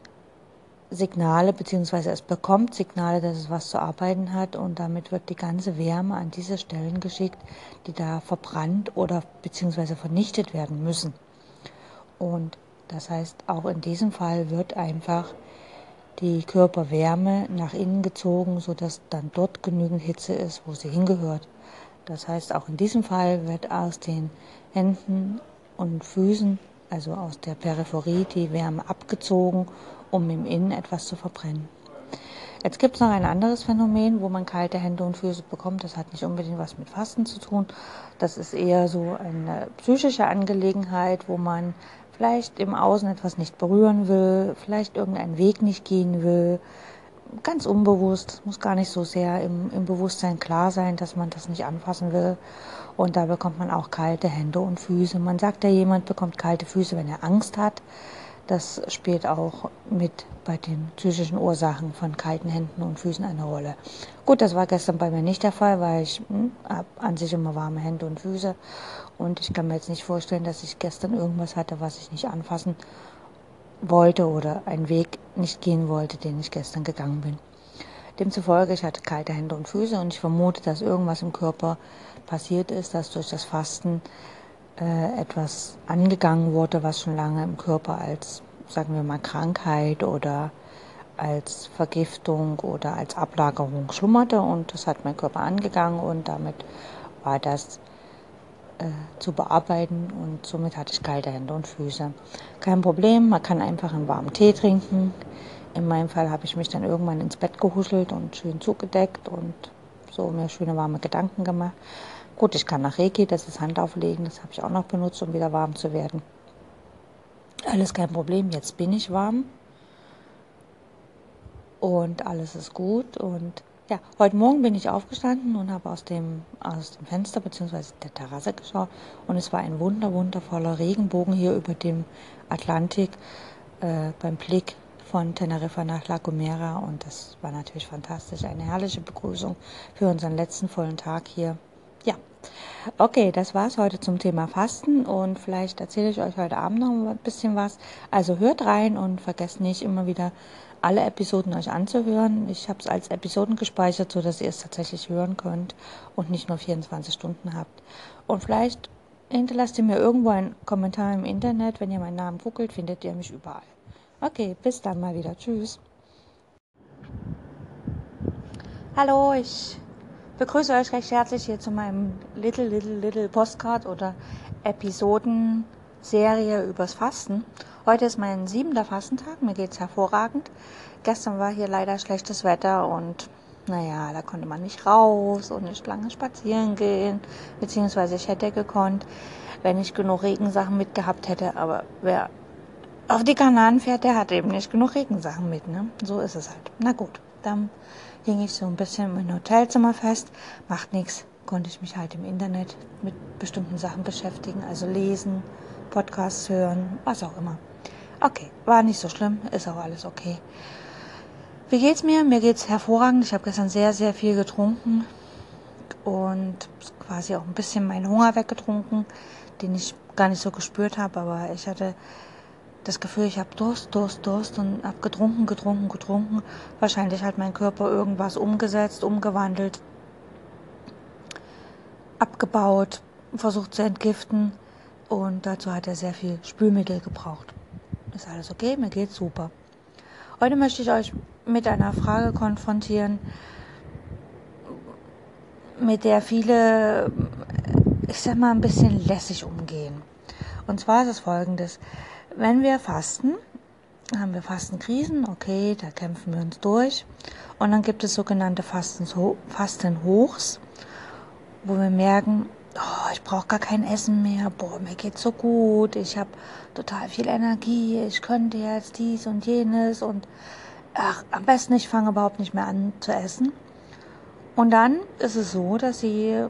Signale, beziehungsweise es bekommt Signale, dass es was zu arbeiten hat und damit wird die ganze Wärme an diese Stellen geschickt, die da verbrannt oder beziehungsweise vernichtet werden müssen. Und das heißt, auch in diesem Fall wird einfach die Körperwärme nach innen gezogen, sodass dann dort genügend Hitze ist, wo sie hingehört. Das heißt, auch in diesem Fall wird aus den Händen und Füßen, also aus der Peripherie, die Wärme abgezogen, um im Innen etwas zu verbrennen. Jetzt gibt es noch ein anderes Phänomen, wo man kalte Hände und Füße bekommt. Das hat nicht unbedingt was mit Fasten zu tun. Das ist eher so eine psychische Angelegenheit, wo man vielleicht im Außen etwas nicht berühren will, vielleicht irgendeinen Weg nicht gehen will. Ganz unbewusst, es muss gar nicht so sehr im, im Bewusstsein klar sein, dass man das nicht anfassen will. Und da bekommt man auch kalte Hände und Füße. Man sagt ja, jemand bekommt kalte Füße, wenn er Angst hat. Das spielt auch mit bei den psychischen Ursachen von kalten Händen und Füßen eine Rolle. Gut, das war gestern bei mir nicht der Fall, weil ich hm, habe an sich immer warme Hände und Füße. Und ich kann mir jetzt nicht vorstellen, dass ich gestern irgendwas hatte, was ich nicht anfassen wollte oder einen Weg nicht gehen wollte, den ich gestern gegangen bin. Demzufolge, ich hatte kalte Hände und Füße und ich vermute, dass irgendwas im Körper passiert ist, dass durch das Fasten äh, etwas angegangen wurde, was schon lange im Körper als, sagen wir mal, Krankheit oder als Vergiftung oder als Ablagerung schlummerte und das hat mein Körper angegangen und damit war das äh, zu bearbeiten und somit hatte ich kalte Hände und Füße. Kein Problem, man kann einfach einen warmen Tee trinken. In meinem Fall habe ich mich dann irgendwann ins Bett gehuschelt und schön zugedeckt und so mir schöne warme Gedanken gemacht. Gut, ich kann nach Reiki, das ist Handauflegen, das habe ich auch noch benutzt, um wieder warm zu werden. Alles kein Problem, jetzt bin ich warm und alles ist gut. Und ja, heute Morgen bin ich aufgestanden und habe aus dem, aus dem Fenster bzw. der Terrasse geschaut und es war ein wunder, wundervoller Regenbogen hier über dem Atlantik äh, beim Blick von Teneriffa nach La Gomera und das war natürlich fantastisch, eine herrliche Begrüßung für unseren letzten vollen Tag hier. Ja, okay, das war's heute zum Thema Fasten und vielleicht erzähle ich euch heute Abend noch ein bisschen was. Also hört rein und vergesst nicht immer wieder alle Episoden euch anzuhören. Ich habe es als Episoden gespeichert, sodass ihr es tatsächlich hören könnt und nicht nur vierundzwanzig Stunden habt. Und vielleicht hinterlasst ihr mir irgendwo einen Kommentar im Internet. Wenn ihr meinen Namen googelt, findet ihr mich überall. Okay, bis dann mal wieder. Tschüss. Hallo, ich begrüße euch recht herzlich hier zu meinem Little Little Little Postcard oder Episodenserie übers Fasten. Heute ist mein siebenter Fastentag, mir geht's hervorragend. Gestern war hier leider schlechtes Wetter und naja, da konnte man nicht raus und nicht lange spazieren gehen, beziehungsweise ich hätte gekonnt, wenn ich genug Regensachen mitgehabt hätte, aber wer auf die Kanaren fährt, der hat eben nicht genug Regensachen mit, ne? So ist es halt. Na gut, dann hing ich so ein bisschen in mein Hotelzimmer fest, macht nichts, konnte ich mich halt im Internet mit bestimmten Sachen beschäftigen, also lesen, Podcasts hören, was auch immer. Okay, war nicht so schlimm, ist auch alles okay. Wie geht's mir? Mir geht's hervorragend. Ich habe gestern sehr, sehr viel getrunken und quasi auch ein bisschen meinen Hunger weggetrunken, den ich gar nicht so gespürt habe, aber ich hatte das Gefühl, ich habe Durst, Durst, Durst und habe getrunken, getrunken, getrunken. Wahrscheinlich hat mein Körper irgendwas umgesetzt, umgewandelt, abgebaut, versucht zu entgiften und dazu hat er sehr viel Spülmittel gebraucht. Ist alles okay, mir geht's super. Heute möchte ich euch mit einer Frage konfrontieren, mit der viele, ich sag mal, ein bisschen lässig umgehen. Und zwar ist es folgendes: Wenn wir fasten, haben wir Fastenkrisen, okay, da kämpfen wir uns durch. Und dann gibt es sogenannte Fastenhochs, wo wir merken, oh, ich brauche gar kein Essen mehr, boah, mir geht's so gut, ich habe total viel Energie, ich könnte jetzt dies und jenes und ach, am besten ich fange überhaupt nicht mehr an zu essen. Und dann ist es so, dass sie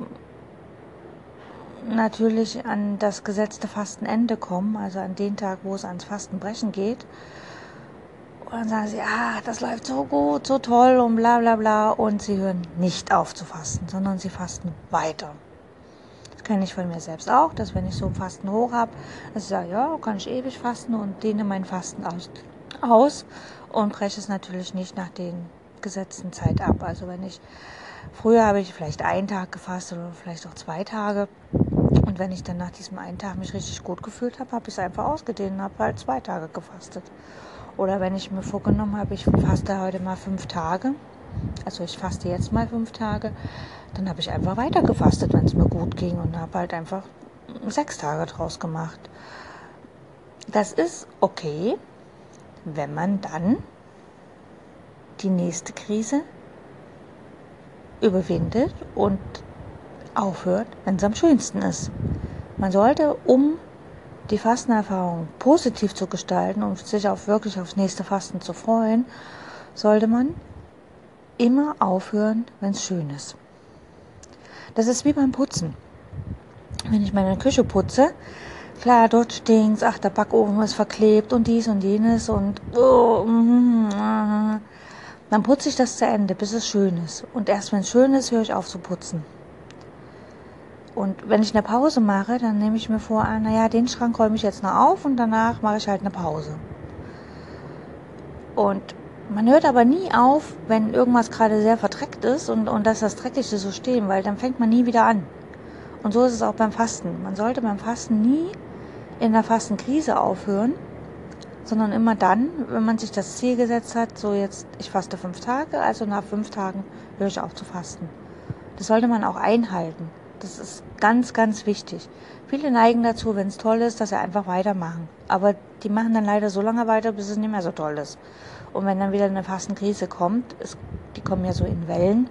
natürlich an das gesetzte Fastenende kommen, also an den Tag, wo es ans Fastenbrechen geht. Und dann sagen sie, ah, das läuft so gut, so toll und bla bla bla. Und sie hören nicht auf zu fasten, sondern sie fasten weiter. Das kenne ich von mir selbst auch, dass wenn ich so ein Fasten hoch habe, dass ich sage, ja, kann ich ewig fasten und dehne mein Fasten aus, aus und breche es natürlich nicht nach den gesetzten Zeit ab. Also wenn ich, früher habe ich vielleicht einen Tag gefastet oder vielleicht auch zwei Tage. Und wenn ich dann nach diesem einen Tag mich richtig gut gefühlt habe, habe ich es einfach ausgedehnt und habe halt zwei Tage gefastet. Oder wenn ich mir vorgenommen habe, ich faste heute mal fünf Tage, also ich faste jetzt mal fünf Tage, dann habe ich einfach weiter gefastet, wenn es mir gut ging und habe halt einfach sechs Tage draus gemacht. Das ist okay, wenn man dann die nächste Krise überwindet und aufhört, wenn es am schönsten ist. Man sollte, um die Fastenerfahrung positiv zu gestalten und sich auch wirklich aufs nächste Fasten zu freuen, sollte man immer aufhören, wenn es schön ist. Das ist wie beim Putzen. Wenn ich meine Küche putze, klar, dort stinkt's, ach, der Backofen ist verklebt und dies und jenes und oh, mm, mm, dann putze ich das zu Ende, bis es schön ist. Und erst wenn es schön ist, höre ich auf zu putzen. Und wenn ich eine Pause mache, dann nehme ich mir vor, ah, naja, den Schrank räume ich jetzt noch auf und danach mache ich halt eine Pause. Und man hört aber nie auf, wenn irgendwas gerade sehr verdreckt ist und, und dass das Dreckigste so stehen, weil dann fängt man nie wieder an. Und so ist es auch beim Fasten. Man sollte beim Fasten nie in der Fastenkrise aufhören, sondern immer dann, wenn man sich das Ziel gesetzt hat, so jetzt, ich faste fünf Tage, also nach fünf Tagen höre ich auf zu fasten. Das sollte man auch einhalten. Das ist ganz, ganz wichtig. Viele neigen dazu, wenn es toll ist, dass sie einfach weitermachen. Aber die machen dann leider so lange weiter, bis es nicht mehr so toll ist. Und wenn dann wieder eine Fastenkrise kommt, es, die kommen ja so in Wellen,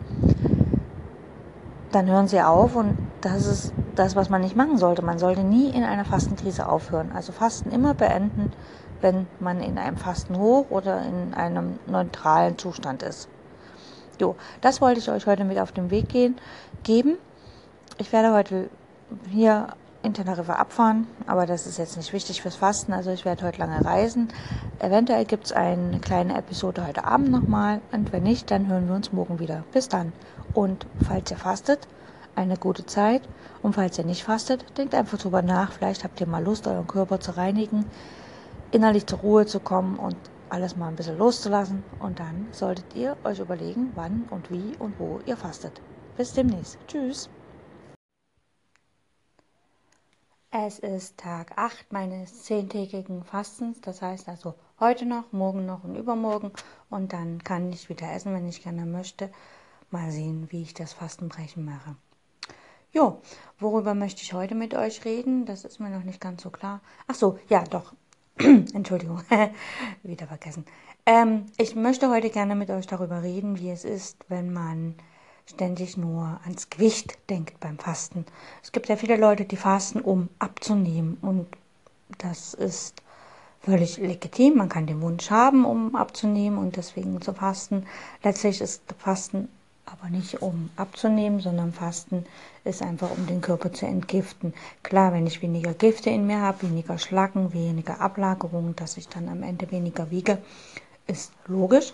dann hören sie auf und das ist das, was man nicht machen sollte. Man sollte nie in einer Fastenkrise aufhören. Also Fasten immer beenden, wenn man in einem Fastenhoch oder in einem neutralen Zustand ist. Jo, das wollte ich euch heute mit auf den Weg gehen, geben. Ich werde heute hier in Teneriffa abfahren, aber das ist jetzt nicht wichtig fürs Fasten, also ich werde heute lange reisen. Eventuell gibt es eine kleine Episode heute Abend nochmal und wenn nicht, dann hören wir uns morgen wieder. Bis dann. Und falls ihr fastet, eine gute Zeit und falls ihr nicht fastet, denkt einfach drüber nach, vielleicht habt ihr mal Lust, euren Körper zu reinigen, innerlich zur Ruhe zu kommen und alles mal ein bisschen loszulassen und dann solltet ihr euch überlegen, wann und wie und wo ihr fastet. Bis demnächst. Tschüss. Es ist Tag acht meines zehntägigen Fastens, das heißt also heute noch, morgen noch und übermorgen und dann kann ich wieder essen, wenn ich gerne möchte. mal sehen, wie ich das Fastenbrechen mache. Jo, worüber möchte ich heute mit euch reden? Das ist mir noch nicht ganz so klar. Ach so, ja, doch. Entschuldigung, wieder vergessen. Ähm, ich möchte heute gerne mit euch darüber reden, wie es ist, wenn man ständig nur ans Gewicht denkt beim Fasten. Es gibt ja viele Leute, die fasten, um abzunehmen, und das ist völlig legitim. Man kann den Wunsch haben, um abzunehmen und deswegen zu fasten. Letztlich ist Fasten aber nicht, um abzunehmen, sondern Fasten ist einfach, um den Körper zu entgiften. Klar, wenn ich weniger Gifte in mir habe, weniger Schlacken, weniger Ablagerungen, dass ich dann am Ende weniger wiege, ist logisch.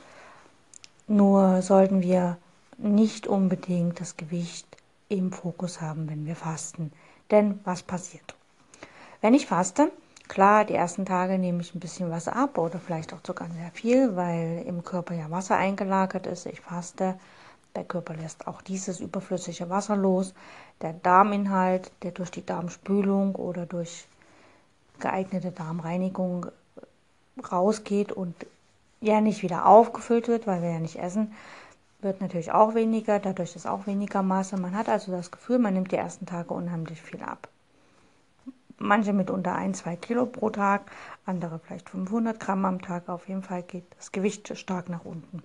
Nur sollten wir nicht unbedingt das Gewicht im Fokus haben, wenn wir fasten. Denn was passiert? Wenn ich faste, klar, die ersten Tage nehme ich ein bisschen Wasser ab oder vielleicht auch sogar sehr viel, weil im Körper ja Wasser eingelagert ist. Ich faste, der Körper lässt auch dieses überflüssige Wasser los. Der Darminhalt, der durch die Darmspülung oder durch geeignete Darmreinigung rausgeht und ja nicht wieder aufgefüllt wird, weil wir ja nicht essen, wird natürlich auch weniger. Dadurch ist auch weniger Masse. Man hat also das Gefühl, man nimmt die ersten Tage unheimlich viel ab. Manche mit unter ein, zwei Kilo pro Tag, andere vielleicht fünfhundert Gramm am Tag. Auf jeden Fall geht das Gewicht stark nach unten.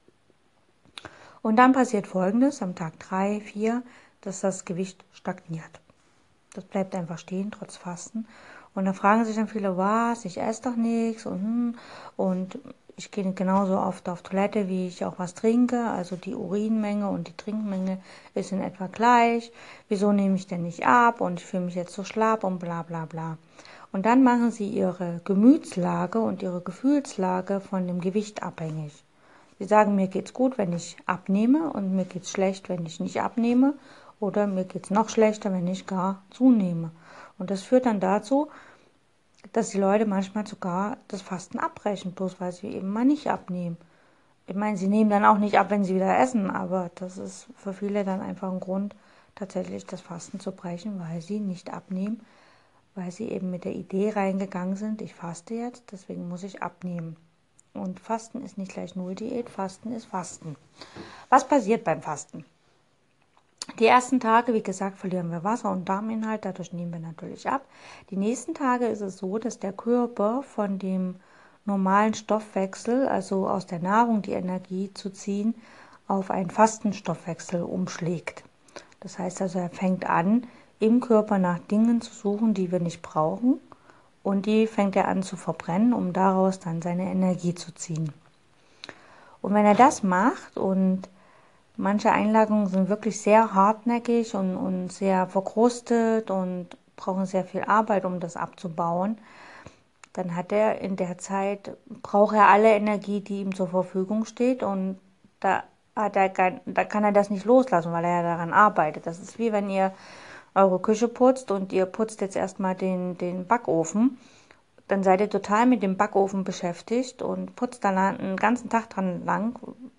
Und dann passiert Folgendes am Tag drei, vier, dass das Gewicht stagniert. Das bleibt einfach stehen, trotz Fasten. Und da fragen sich dann viele, was, ich esse doch nichts und, und ich gehe genauso oft auf Toilette, wie ich auch was trinke. Also die Urinmenge und die Trinkmenge ist in etwa gleich. Wieso nehme ich denn nicht ab und ich fühle mich jetzt so schlapp und bla bla bla. Und dann machen sie ihre Gemütslage und ihre Gefühlslage von dem Gewicht abhängig. Sie sagen, mir geht's gut, wenn ich abnehme, und mir geht's schlecht, wenn ich nicht abnehme, oder mir geht's noch schlechter, wenn ich gar zunehme. Und das führt dann dazu, dass die Leute manchmal sogar das Fasten abbrechen, bloß weil sie eben mal nicht abnehmen. Ich meine, sie nehmen dann auch nicht ab, wenn sie wieder essen, aber das ist für viele dann einfach ein Grund, tatsächlich das Fasten zu brechen, weil sie nicht abnehmen, weil sie eben mit der Idee reingegangen sind, ich faste jetzt, deswegen muss ich abnehmen. Und Fasten ist nicht gleich Null-Diät, Fasten ist Fasten. Was passiert beim Fasten? Die ersten Tage, wie gesagt, verlieren wir Wasser und Darminhalt, dadurch nehmen wir natürlich ab. Die nächsten Tage ist es so, dass der Körper von dem normalen Stoffwechsel, also aus der Nahrung die Energie zu ziehen, auf einen Fastenstoffwechsel umschlägt. Das heißt also, er fängt an, im Körper nach Dingen zu suchen, die wir nicht brauchen, und die fängt er an zu verbrennen, um daraus dann seine Energie zu ziehen. Und wenn er das macht, und manche Einlagerungen sind wirklich sehr hartnäckig und, und sehr verkrustet und brauchen sehr viel Arbeit, um das abzubauen, dann hat er in der Zeit, braucht er alle Energie, die ihm zur Verfügung steht, und da, hat er kein, da kann er das nicht loslassen, weil er ja daran arbeitet. Das ist wie wenn ihr eure Küche putzt und ihr putzt jetzt erstmal den, den Backofen. Dann seid ihr total mit dem Backofen beschäftigt und putzt dann einen ganzen Tag dran lang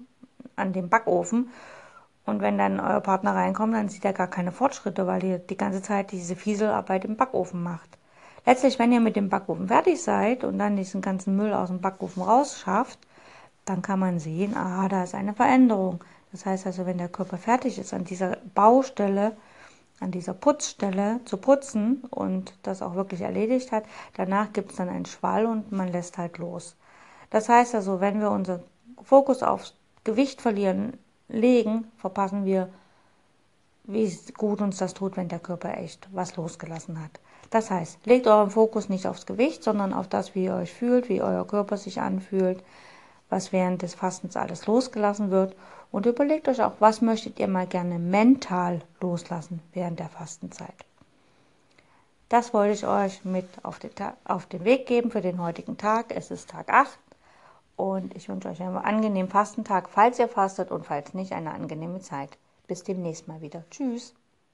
an dem Backofen. Und wenn dann euer Partner reinkommt, dann sieht er gar keine Fortschritte, weil ihr die ganze Zeit diese Fieselarbeit im Backofen macht. Letztlich, wenn ihr mit dem Backofen fertig seid und dann diesen ganzen Müll aus dem Backofen rausschafft, dann kann man sehen, ah, da ist eine Veränderung. Das heißt also, wenn der Körper fertig ist, an dieser Baustelle, an dieser Putzstelle zu putzen und das auch wirklich erledigt hat, danach gibt es dann einen Schwall und man lässt halt los. Das heißt also, wenn wir unseren Fokus aufs Gewicht verlieren legen, verpassen wir, wie gut uns das tut, wenn der Körper echt was losgelassen hat. Das heißt, legt euren Fokus nicht aufs Gewicht, sondern auf das, wie ihr euch fühlt, wie euer Körper sich anfühlt, was während des Fastens alles losgelassen wird, und überlegt euch auch, was möchtet ihr mal gerne mental loslassen während der Fastenzeit. Das wollte ich euch mit auf den, auf den Weg geben für den heutigen Tag. Es ist Tag acht und ich wünsche euch einen angenehmen Fastentag, falls ihr fastet, und falls nicht, eine angenehme Zeit. Bis demnächst mal wieder. Tschüss.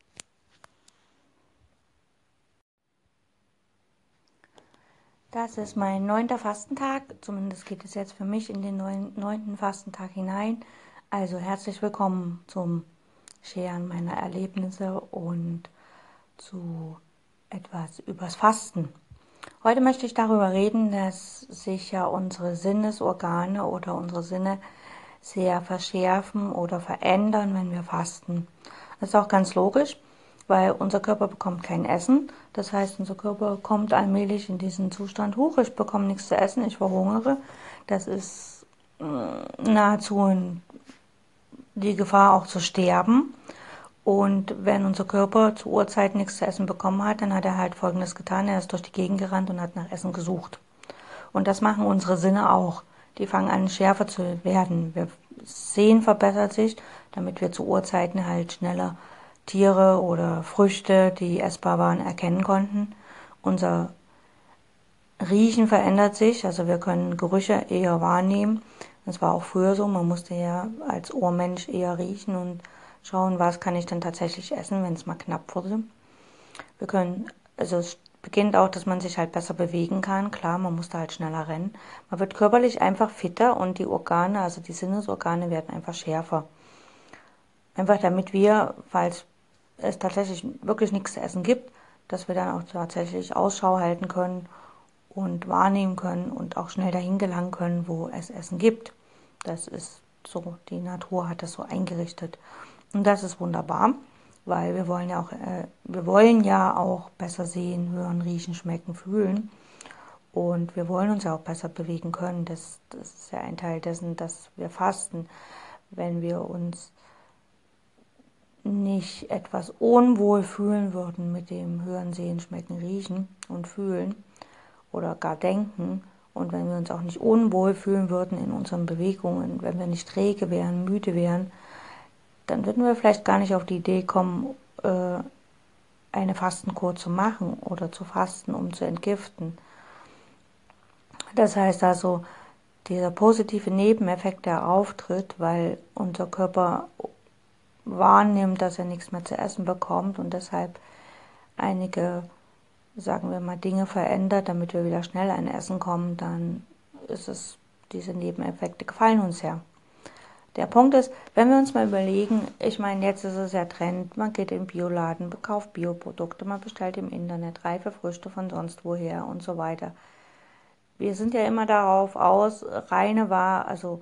Das ist mein neunter Fastentag, zumindest geht es jetzt für mich in den neunten Fastentag hinein. Also herzlich willkommen zum Scheren meiner Erlebnisse und zu etwas übers Fasten. Heute möchte ich darüber reden, dass sich ja unsere Sinnesorgane oder unsere Sinne sehr verschärfen oder verändern, wenn wir fasten. Das ist auch ganz logisch, weil unser Körper bekommt kein Essen. Das heißt, unser Körper kommt allmählich in diesen Zustand, huch, ich bekomme nichts zu essen, ich verhungere. Das ist äh, nahezu die Gefahr auch zu sterben. Und wenn unser Körper zur Uhrzeit nichts zu essen bekommen hat, dann hat er halt Folgendes getan. Er ist durch die Gegend gerannt und hat nach Essen gesucht. Und das machen unsere Sinne auch. Die fangen an, schärfer zu werden. Wir Sehen verbessert sich, damit wir zu Uhrzeiten halt schneller Tiere oder Früchte, die essbar waren, erkennen konnten. Unser Riechen verändert sich, also wir können Gerüche eher wahrnehmen. Das war auch früher so, man musste ja als Ohrmensch eher riechen und schauen, was kann ich denn tatsächlich essen, wenn es mal knapp wurde. Wir können, also es beginnt auch, dass man sich halt besser bewegen kann. Klar, man musste halt schneller rennen. Man wird körperlich einfach fitter und die Organe, also die Sinnesorgane werden einfach schärfer. Einfach damit wir, falls es tatsächlich wirklich nichts zu essen gibt, dass wir dann auch tatsächlich Ausschau halten können und wahrnehmen können und auch schnell dahin gelangen können, wo es Essen gibt. Das ist so, die Natur hat das so eingerichtet. Und das ist wunderbar, weil wir wollen ja auch, äh, wir wollen ja auch besser sehen, hören, riechen, schmecken, fühlen. Und wir wollen uns ja auch besser bewegen können. Das, das ist ja ein Teil dessen, dass wir fasten. Wenn wir uns nicht etwas unwohl fühlen würden mit dem Hören, Sehen, Schmecken, Riechen und Fühlen oder gar Denken, und wenn wir uns auch nicht unwohl fühlen würden in unseren Bewegungen, wenn wir nicht träge wären, müde wären, dann würden wir vielleicht gar nicht auf die Idee kommen, äh, eine Fastenkur zu machen oder zu fasten, um zu entgiften. Das heißt also, dieser positive Nebeneffekt, der auftritt, weil unser Körper wahrnimmt, dass er nichts mehr zu essen bekommt und deshalb einige, sagen wir mal, Dinge verändert, damit wir wieder schnell an Essen kommen, dann ist es, diese Nebeneffekte gefallen uns ja. Der Punkt ist, wenn wir uns mal überlegen, ich meine, jetzt ist es ja Trend, man geht in den Bioladen, kauft Bioprodukte, man bestellt im Internet reife Früchte von sonst woher und so weiter. Wir sind ja immer darauf aus, reine Ware, also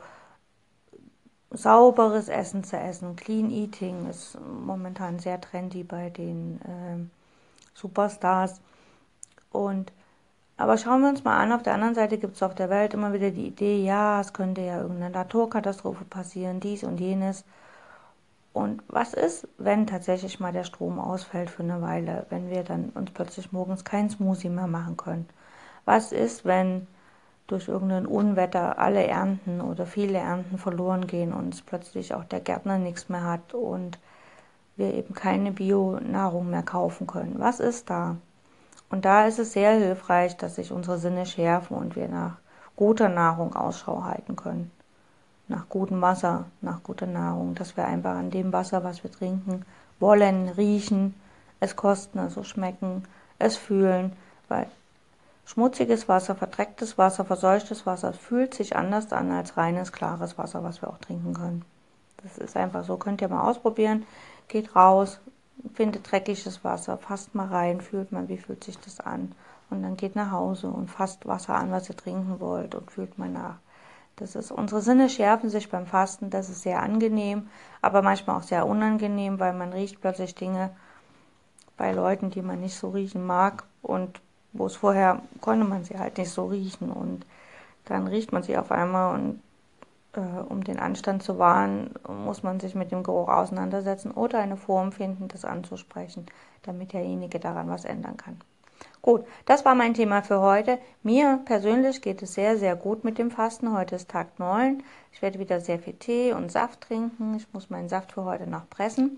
sauberes Essen zu essen. Clean Eating ist momentan sehr trendy bei den äh, Superstars. Und aber schauen wir uns mal an, auf der anderen Seite gibt es auf der Welt immer wieder die Idee, ja, es könnte ja irgendeine Naturkatastrophe passieren, dies und jenes. Und was ist, wenn tatsächlich mal der Strom ausfällt für eine Weile, wenn wir dann uns plötzlich morgens kein Smoothie mehr machen können? Was ist, wenn durch irgendein Unwetter alle Ernten oder viele Ernten verloren gehen und plötzlich auch der Gärtner nichts mehr hat und wir eben keine Bio-Nahrung mehr kaufen können? Was ist da? Und da ist es sehr hilfreich, dass sich unsere Sinne schärfen und wir nach guter Nahrung Ausschau halten können. Nach gutem Wasser, nach guter Nahrung, dass wir einfach an dem Wasser, was wir trinken, wollen, riechen, es kosten, also schmecken, es fühlen, weil schmutziges Wasser, verdrecktes Wasser, verseuchtes Wasser fühlt sich anders an als reines, klares Wasser, was wir auch trinken können. Das ist einfach so, könnt ihr mal ausprobieren. Geht raus, findet dreckiges Wasser, fasst mal rein, fühlt mal, wie fühlt sich das an. Und dann geht nach Hause und fasst Wasser an, was ihr trinken wollt und fühlt mal nach. Das ist, unsere Sinne schärfen sich beim Fasten, das ist sehr angenehm, aber manchmal auch sehr unangenehm, weil man riecht plötzlich Dinge bei Leuten, die man nicht so riechen mag und wo es vorher konnte man sie halt nicht so riechen und dann riecht man sie auf einmal und äh, um den Anstand zu wahren, muss man sich mit dem Geruch auseinandersetzen oder eine Form finden, das anzusprechen, damit derjenige daran was ändern kann. Gut, das war mein Thema für heute. Mir persönlich geht es sehr, sehr gut mit dem Fasten. Heute ist Tag neun. Ich werde wieder sehr viel Tee und Saft trinken. Ich muss meinen Saft für heute noch pressen.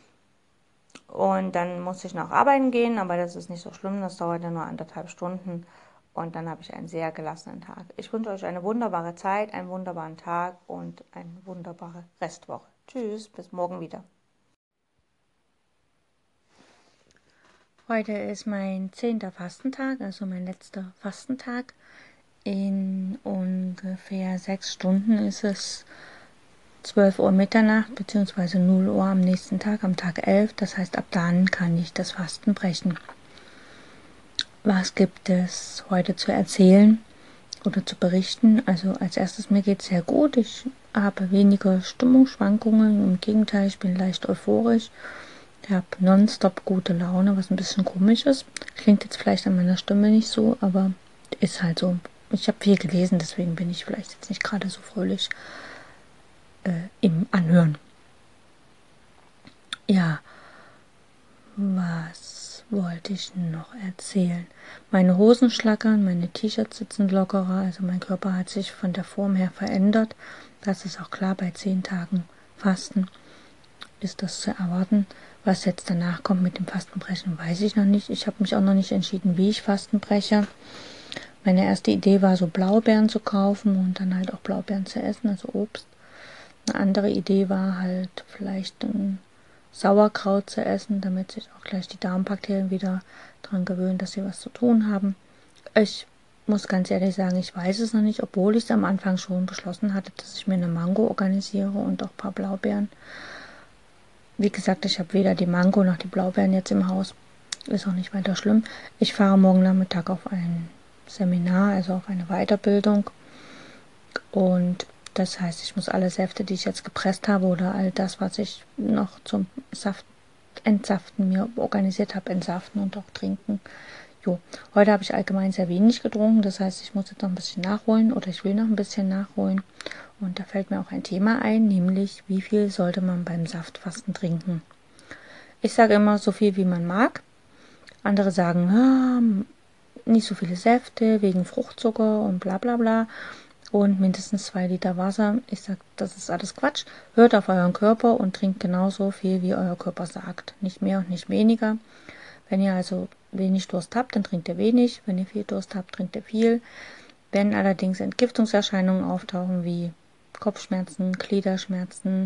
Und dann muss ich noch arbeiten gehen, aber das ist nicht so schlimm. Das dauert ja nur anderthalb Stunden. Und dann habe ich einen sehr gelassenen Tag. Ich wünsche euch eine wunderbare Zeit, einen wunderbaren Tag und eine wunderbare Restwoche. Tschüss, bis morgen wieder. Heute ist mein zehnter Fastentag, also mein letzter Fastentag. In ungefähr sechs Stunden ist es zwölf Uhr Mitternacht bzw. null Uhr am nächsten Tag, am Tag elf. Das heißt, ab dann kann ich das Fasten brechen. Was gibt es heute zu erzählen oder zu berichten? Also als erstes, mir geht es sehr gut. Ich habe weniger Stimmungsschwankungen. Im Gegenteil, ich bin leicht euphorisch. Ich habe nonstop gute Laune, was ein bisschen komisch ist. Klingt jetzt vielleicht an meiner Stimme nicht so, aber ist halt so. Ich habe viel gelesen, deswegen bin ich vielleicht jetzt nicht gerade so fröhlich äh, im Anhören. Ja, was wollte ich noch erzählen? Meine Hosen schlackern, meine T-Shirts sitzen lockerer, also mein Körper hat sich von der Form her verändert. Das ist auch klar, bei zehn Tagen Fasten ist das zu erwarten. Was jetzt danach kommt mit dem Fastenbrechen, weiß ich noch nicht. Ich habe mich auch noch nicht entschieden, wie ich Fasten breche. Meine erste Idee war, so Blaubeeren zu kaufen und dann halt auch Blaubeeren zu essen, also Obst. Eine andere Idee war halt vielleicht ein Sauerkraut zu essen, damit sich auch gleich die Darmbakterien wieder daran gewöhnen, dass sie was zu tun haben. Ich muss ganz ehrlich sagen, ich weiß es noch nicht, obwohl ich es am Anfang schon beschlossen hatte, dass ich mir eine Mango organisiere und auch ein paar Blaubeeren. Wie gesagt, ich habe weder die Mango noch die Blaubeeren jetzt im Haus. Ist auch nicht weiter schlimm. Ich fahre morgen Nachmittag auf ein Seminar, also auf eine Weiterbildung. Und das heißt, ich muss alle Säfte, die ich jetzt gepresst habe oder all das, was ich noch zum Saft Entsaften mir organisiert habe, entsaften und auch trinken. Jo, heute habe ich allgemein sehr wenig getrunken, das heißt, ich muss jetzt noch ein bisschen nachholen oder ich will noch ein bisschen nachholen. Und da fällt mir auch ein Thema ein, nämlich wie viel sollte man beim Saftfasten trinken. Ich sage immer so viel, wie man mag. Andere sagen, ah, nicht so viele Säfte wegen Fruchtzucker und bla bla bla. Und mindestens zwei Liter Wasser. Ich sage, das ist alles Quatsch. Hört auf euren Körper und trinkt genauso viel, wie euer Körper sagt. Nicht mehr und nicht weniger. Wenn ihr also wenig Durst habt, dann trinkt ihr wenig. Wenn ihr viel Durst habt, trinkt ihr viel. Wenn allerdings Entgiftungserscheinungen auftauchen wie Kopfschmerzen, Gliederschmerzen,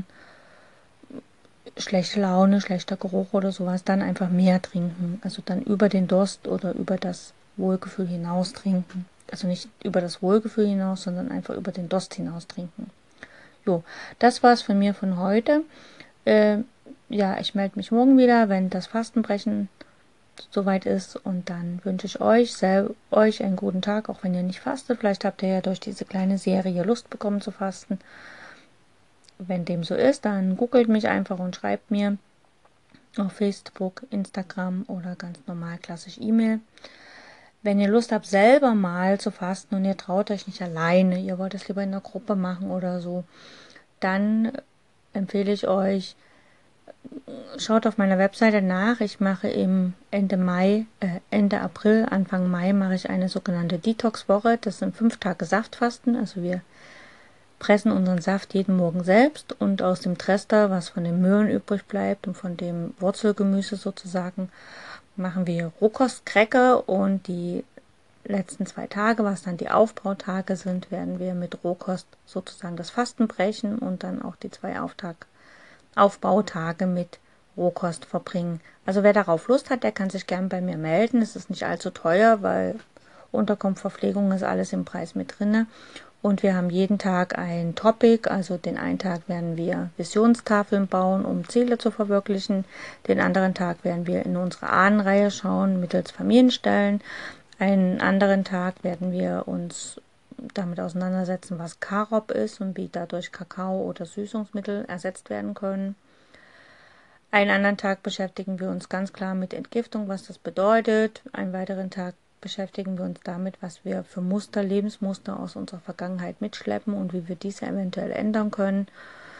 schlechte Laune, schlechter Geruch oder sowas, dann einfach mehr trinken. Also dann über den Durst oder über das Wohlgefühl hinaus trinken. Also nicht über das Wohlgefühl hinaus, sondern einfach über den Durst hinaus trinken. Jo, das war's von mir von heute. Äh, ja, ich melde mich morgen wieder, wenn das Fastenbrechen soweit ist. Und dann wünsche ich euch, sel- euch einen guten Tag, auch wenn ihr nicht fastet. Vielleicht habt ihr ja durch diese kleine Serie Lust bekommen zu fasten. Wenn dem so ist, dann googelt mich einfach und schreibt mir auf Facebook, Instagram oder ganz normal klassisch E-Mail. Wenn ihr Lust habt, selber mal zu fasten und ihr traut euch nicht alleine, ihr wollt es lieber in einer Gruppe machen oder so, dann empfehle ich euch, schaut auf meiner Webseite nach. Ich mache im Ende Mai, äh, Ende April, Anfang Mai mache ich eine sogenannte Detox-Woche. Das sind fünf Tage Saftfasten. Also wir pressen unseren Saft jeden Morgen selbst und aus dem Trester, was von den Möhren übrig bleibt und von dem Wurzelgemüse sozusagen, machen wir Rohkostcracker und die letzten zwei Tage, was dann die Aufbautage sind, werden wir mit Rohkost sozusagen das Fasten brechen und dann auch die zwei Auftag Aufbautage mit Rohkost verbringen. Also wer darauf Lust hat, der kann sich gern bei mir melden. Es ist nicht allzu teuer, weil Unterkunft, Verpflegung ist alles im Preis mit drinne. Und wir haben jeden Tag ein Topic, also den einen Tag werden wir Visionstafeln bauen, um Ziele zu verwirklichen. Den anderen Tag werden wir in unsere Ahnenreihe schauen, mittels Familienstellen. Einen anderen Tag werden wir uns damit auseinandersetzen, was Karob ist und wie dadurch Kakao oder Süßungsmittel ersetzt werden können. Einen anderen Tag beschäftigen wir uns ganz klar mit Entgiftung, was das bedeutet. Einen weiteren Tag beschäftigen wir uns damit, was wir für Muster, Lebensmuster aus unserer Vergangenheit mitschleppen und wie wir diese eventuell ändern können.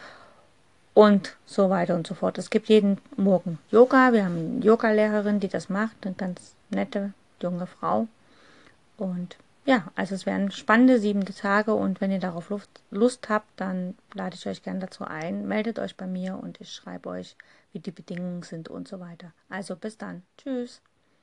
Und so weiter und so fort. Es gibt jeden Morgen Yoga. Wir haben eine Yoga-Lehrerin, die das macht, eine ganz nette junge Frau. Und ja, also es werden spannende sieben Tage und wenn ihr darauf Lust, Lust habt, dann lade ich euch gerne dazu ein. Meldet euch bei mir und ich schreibe euch, wie die Bedingungen sind und so weiter. Also bis dann. Tschüss.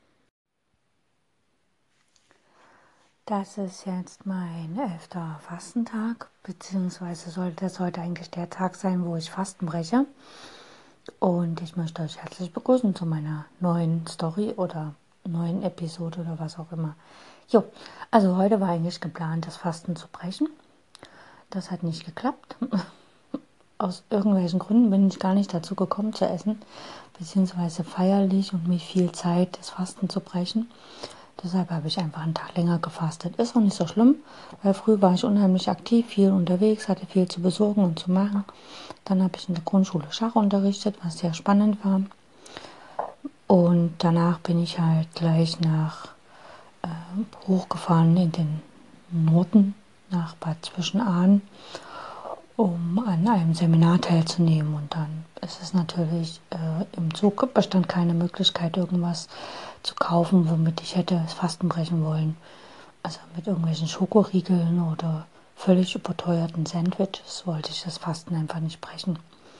Das ist jetzt mein elfter Fastentag, beziehungsweise sollte das heute eigentlich der Tag sein, wo ich Fasten breche. Und ich möchte euch herzlich begrüßen zu meiner neuen Story oder neuen Episode oder was auch immer. Jo, also heute war eigentlich geplant, das Fasten zu brechen. Das hat nicht geklappt. Aus irgendwelchen Gründen bin ich gar nicht dazu gekommen zu essen, beziehungsweise feierlich und mit viel Zeit das Fasten zu brechen. Deshalb habe ich einfach einen Tag länger gefastet. Ist auch nicht so schlimm, weil früh war ich unheimlich aktiv, viel unterwegs, hatte viel zu besorgen und zu machen. Dann habe ich in der Grundschule Schach unterrichtet, was sehr spannend war. Und danach bin ich halt gleich nach äh, hochgefahren in den Norden, nach Bad Zwischenahn, um an einem Seminar teilzunehmen. Und dann ist es natürlich, äh, im Zug bestand keine Möglichkeit, irgendwas zu kaufen, womit ich hätte das Fasten brechen wollen. Also mit irgendwelchen Schokoriegeln oder völlig überteuerten Sandwiches wollte ich das Fasten einfach nicht brechen.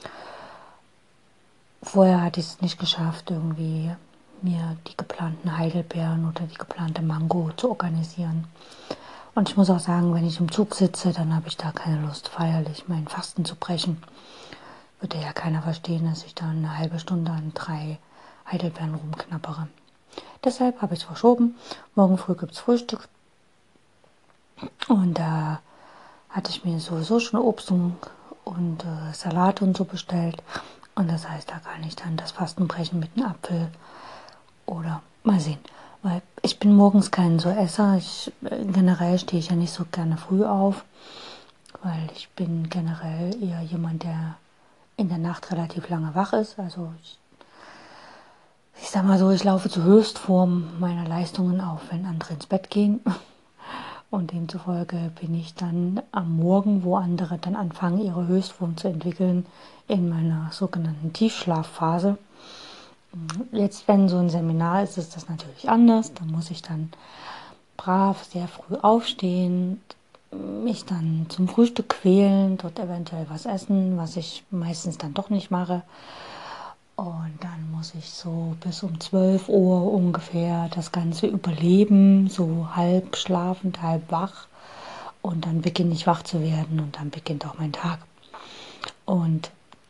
Vorher hatte ich es nicht geschafft, irgendwie mir die geplanten Heidelbeeren oder die geplante Mango zu organisieren. Und ich muss auch sagen, wenn ich im Zug sitze, dann habe ich da keine Lust, feierlich meinen Fasten zu brechen. Würde ja keiner verstehen, dass ich da eine halbe Stunde an drei Heidelbeeren rumknappere. Deshalb habe ich es verschoben. Morgen früh gibt es Frühstück. Und da hatte ich mir sowieso schon Obst und, und äh, Salat und so bestellt. Und das heißt, da kann ich dann das Fasten brechen mit einem Apfel oder mal sehen. Weil ich bin morgens kein so Esser. Ich, äh, generell stehe ich ja nicht so gerne früh auf, weil ich bin generell eher jemand, der in der Nacht relativ lange wach ist. Also ich, ich sag mal so, ich laufe zur Höchstform meiner Leistungen auf, wenn andere ins Bett gehen. Und demzufolge bin ich dann am Morgen, wo andere dann anfangen, ihre Höchstform zu entwickeln, in meiner sogenannten Tiefschlafphase. Jetzt, wenn so ein Seminar ist, ist das natürlich anders. Da muss ich dann brav sehr früh aufstehen, mich dann zum Frühstück quälen, dort eventuell was essen, was ich meistens dann doch nicht mache. Und dann muss ich so bis um zwölf Uhr ungefähr das Ganze überleben, so halb schlafend, halb wach. Und dann beginne ich wach zu werden und dann beginnt auch mein Tag. Und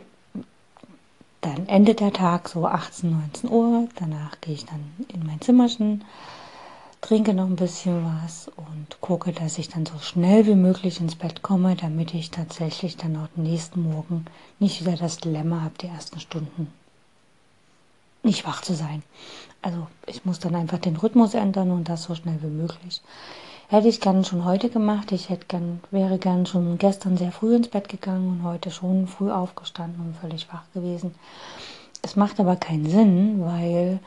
dann endet der Tag so achtzehn, neunzehn Uhr. Danach gehe ich dann in mein Zimmerchen, trinke noch ein bisschen was und gucke, dass ich dann so schnell wie möglich ins Bett komme, damit ich tatsächlich dann auch den nächsten Morgen nicht wieder das Dilemma habe, die ersten Stunden nicht wach zu sein. Also ich muss dann einfach den Rhythmus ändern und das so schnell wie möglich. Hätte ich gern schon heute gemacht. Ich hätte gern, wäre gern schon gestern sehr früh ins Bett gegangen und heute schon früh aufgestanden und völlig wach gewesen. Es macht aber keinen Sinn, weil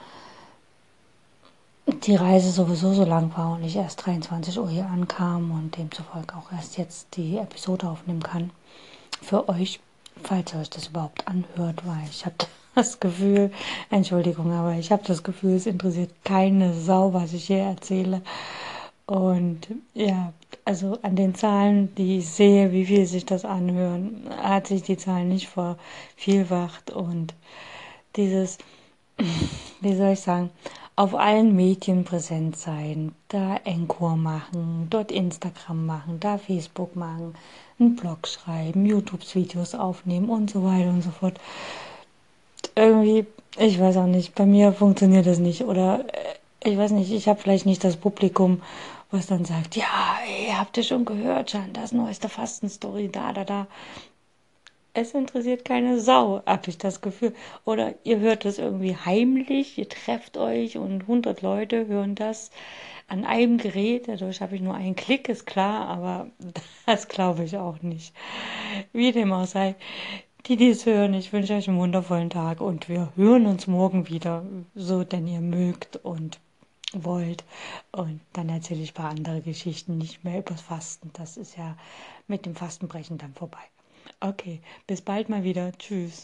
die Reise sowieso so lang war und ich erst dreiundzwanzig Uhr hier ankam und demzufolge auch erst jetzt die Episode aufnehmen kann. Für euch, falls ihr euch das überhaupt anhört, weil ich habe das Gefühl, Entschuldigung, aber ich habe das Gefühl, es interessiert keine Sau, was ich hier erzähle. Und ja, also an den Zahlen, die ich sehe, wie viel sich das anhören, hat sich die Zahl nicht vervielfacht. Und dieses, wie soll ich sagen, auf allen Medien präsent sein, da Encore machen, dort Instagram machen, da Facebook machen, einen Blog schreiben, YouTube-Videos aufnehmen und so weiter und so fort. Irgendwie, ich weiß auch nicht, bei mir funktioniert das nicht. Oder äh, ich weiß nicht, ich habe vielleicht nicht das Publikum, was dann sagt, ja, ihr habt ihr schon gehört, Jan, das neueste Fastenstory, da, da, da. Es interessiert keine Sau, habe ich das Gefühl. Oder ihr hört das irgendwie heimlich, ihr trefft euch und hundert Leute hören das an einem Gerät. Dadurch habe ich nur einen Klick, ist klar, aber das glaube ich auch nicht. Wie dem auch sei, die, die es hören, ich wünsche euch einen wundervollen Tag und wir hören uns morgen wieder, so denn ihr mögt und wollt. Und dann erzähle ich ein paar andere Geschichten, nicht mehr übers Fasten. Das ist ja mit dem Fastenbrechen dann vorbei. Okay, bis bald mal wieder. Tschüss.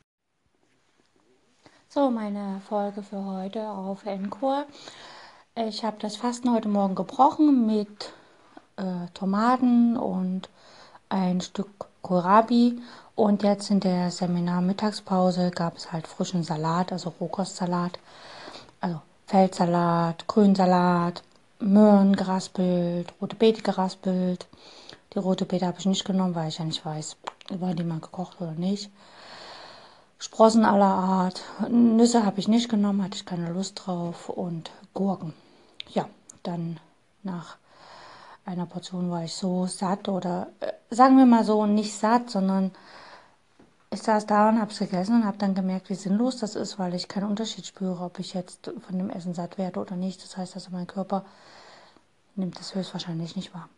So, meine Folge für heute auf Encore. Ich habe das Fasten heute Morgen gebrochen mit äh, Tomaten und ein Stück Kohlrabi. Und jetzt in der Seminar-Mittagspause gab es halt frischen Salat, also Rohkostsalat, also Feldsalat, Grünsalat, Möhren geraspelt, rote Beete geraspelt. Die rote Beete habe ich nicht genommen, weil ich ja nicht weiß, war die mal gekocht oder nicht. Sprossen aller Art. Nüsse habe ich nicht genommen, hatte ich keine Lust drauf. Und Gurken. Ja, dann nach einer Portion war ich so satt oder äh, sagen wir mal so, nicht satt, sondern ich saß da und habe es gegessen und habe dann gemerkt, wie sinnlos das ist, weil ich keinen Unterschied spüre, ob ich jetzt von dem Essen satt werde oder nicht. Das heißt also, mein Körper nimmt das höchstwahrscheinlich nicht wahr.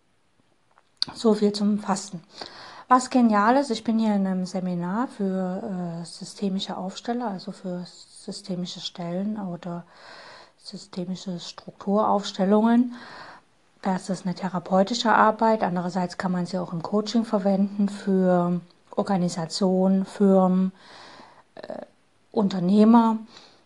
So viel zum Fasten. Was genial ist, ich bin hier in einem Seminar für äh, systemische Aufsteller, also für systemische Stellen oder systemische Strukturaufstellungen. Das ist eine therapeutische Arbeit. Andererseits kann man sie auch im Coaching verwenden für Organisationen, Firmen, äh, Unternehmer,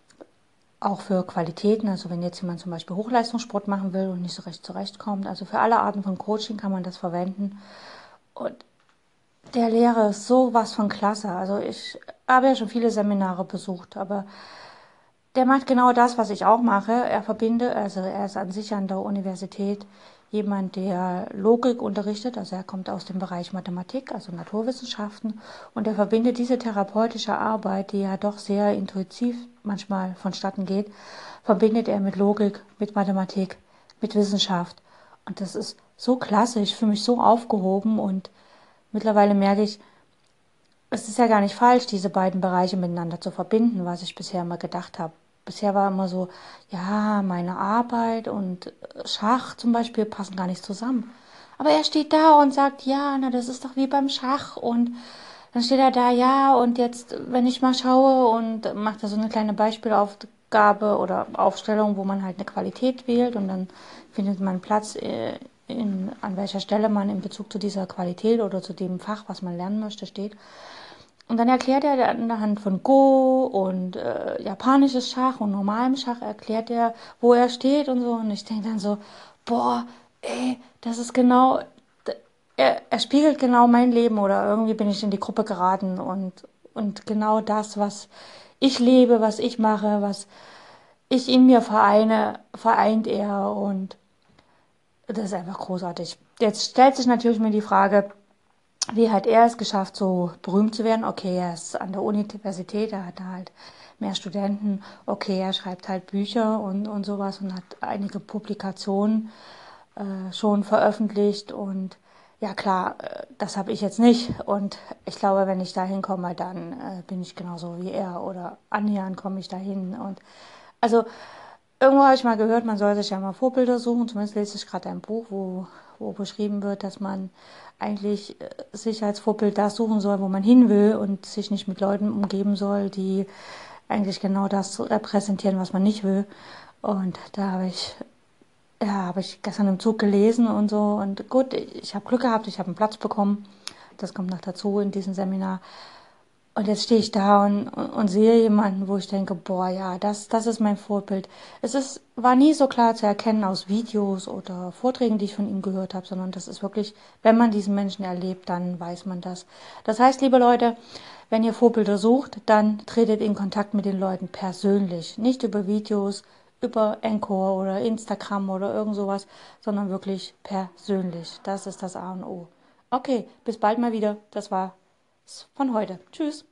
auch für Qualitäten. Also wenn jetzt jemand zum Beispiel Hochleistungssport machen will und nicht so recht zurechtkommt. Also für alle Arten von Coaching kann man das verwenden. Und der Lehrer ist sowas von klasse. Also ich habe ja schon viele Seminare besucht, aber der macht genau das, was ich auch mache. Er verbindet, also er ist an sich an der Universität jemand, der Logik unterrichtet, also er kommt aus dem Bereich Mathematik, also Naturwissenschaften, und er verbindet diese therapeutische Arbeit, die ja doch sehr intuitiv manchmal vonstatten geht, verbindet er mit Logik, mit Mathematik, mit Wissenschaft. Und das ist so klasse, ich fühle mich so aufgehoben und mittlerweile merke ich, es ist ja gar nicht falsch, diese beiden Bereiche miteinander zu verbinden, was ich bisher immer gedacht habe. Bisher war immer so, ja, meine Arbeit und Schach zum Beispiel passen gar nicht zusammen. Aber er steht da und sagt, ja, na, das ist doch wie beim Schach. Und dann steht er da, ja, und jetzt, wenn ich mal schaue und macht da so eine kleine Beispielaufgabe oder Aufstellung, wo man halt eine Qualität wählt und dann findet man Platz, äh, in, an welcher Stelle man in Bezug zu dieser Qualität oder zu dem Fach, was man lernen möchte, steht. Und dann erklärt er anhand von Go und äh, japanisches Schach und normalem Schach, erklärt er, wo er steht und so. Und ich denke dann so, boah, ey, das ist genau, er, er spiegelt genau mein Leben oder irgendwie bin ich in die Gruppe geraten und, und genau das, was ich lebe, was ich mache, was ich in mir vereine, vereint er und das ist einfach großartig. Jetzt stellt sich natürlich mir die Frage, wie hat er es geschafft, so berühmt zu werden? Okay, er ist an der Universität, er hat da halt mehr Studenten. Okay, er schreibt halt Bücher und, und sowas und hat einige Publikationen äh, schon veröffentlicht. Und ja klar, äh, das habe ich jetzt nicht. Und ich glaube, wenn ich da hinkomme, dann äh, bin ich genauso wie er oder annähernd komme ich dahin. Und also irgendwo habe ich mal gehört, man soll sich ja mal Vorbilder suchen. Zumindest lese ich gerade ein Buch, wo, wo beschrieben wird, dass man eigentlich äh, sich als Vorbild das suchen soll, wo man hin will und sich nicht mit Leuten umgeben soll, die eigentlich genau das repräsentieren, was man nicht will. Und da habe ich, ja, habe ich gestern im Zug gelesen und so. Und gut, ich habe Glück gehabt, ich habe einen Platz bekommen. Das kommt noch dazu in diesem Seminar. Und jetzt stehe ich da und, und, und sehe jemanden, wo ich denke, boah, ja, das, das ist mein Vorbild. Es ist, war nie so klar zu erkennen aus Videos oder Vorträgen, die ich von ihm gehört habe, sondern das ist wirklich, wenn man diesen Menschen erlebt, dann weiß man das. Das heißt, liebe Leute, wenn ihr Vorbilder sucht, dann tretet in Kontakt mit den Leuten persönlich. Nicht über Videos, über Anchor oder Instagram oder irgend sowas, sondern wirklich persönlich. Das ist das A und O. Okay, bis bald mal wieder. Das war von heute. Tschüss.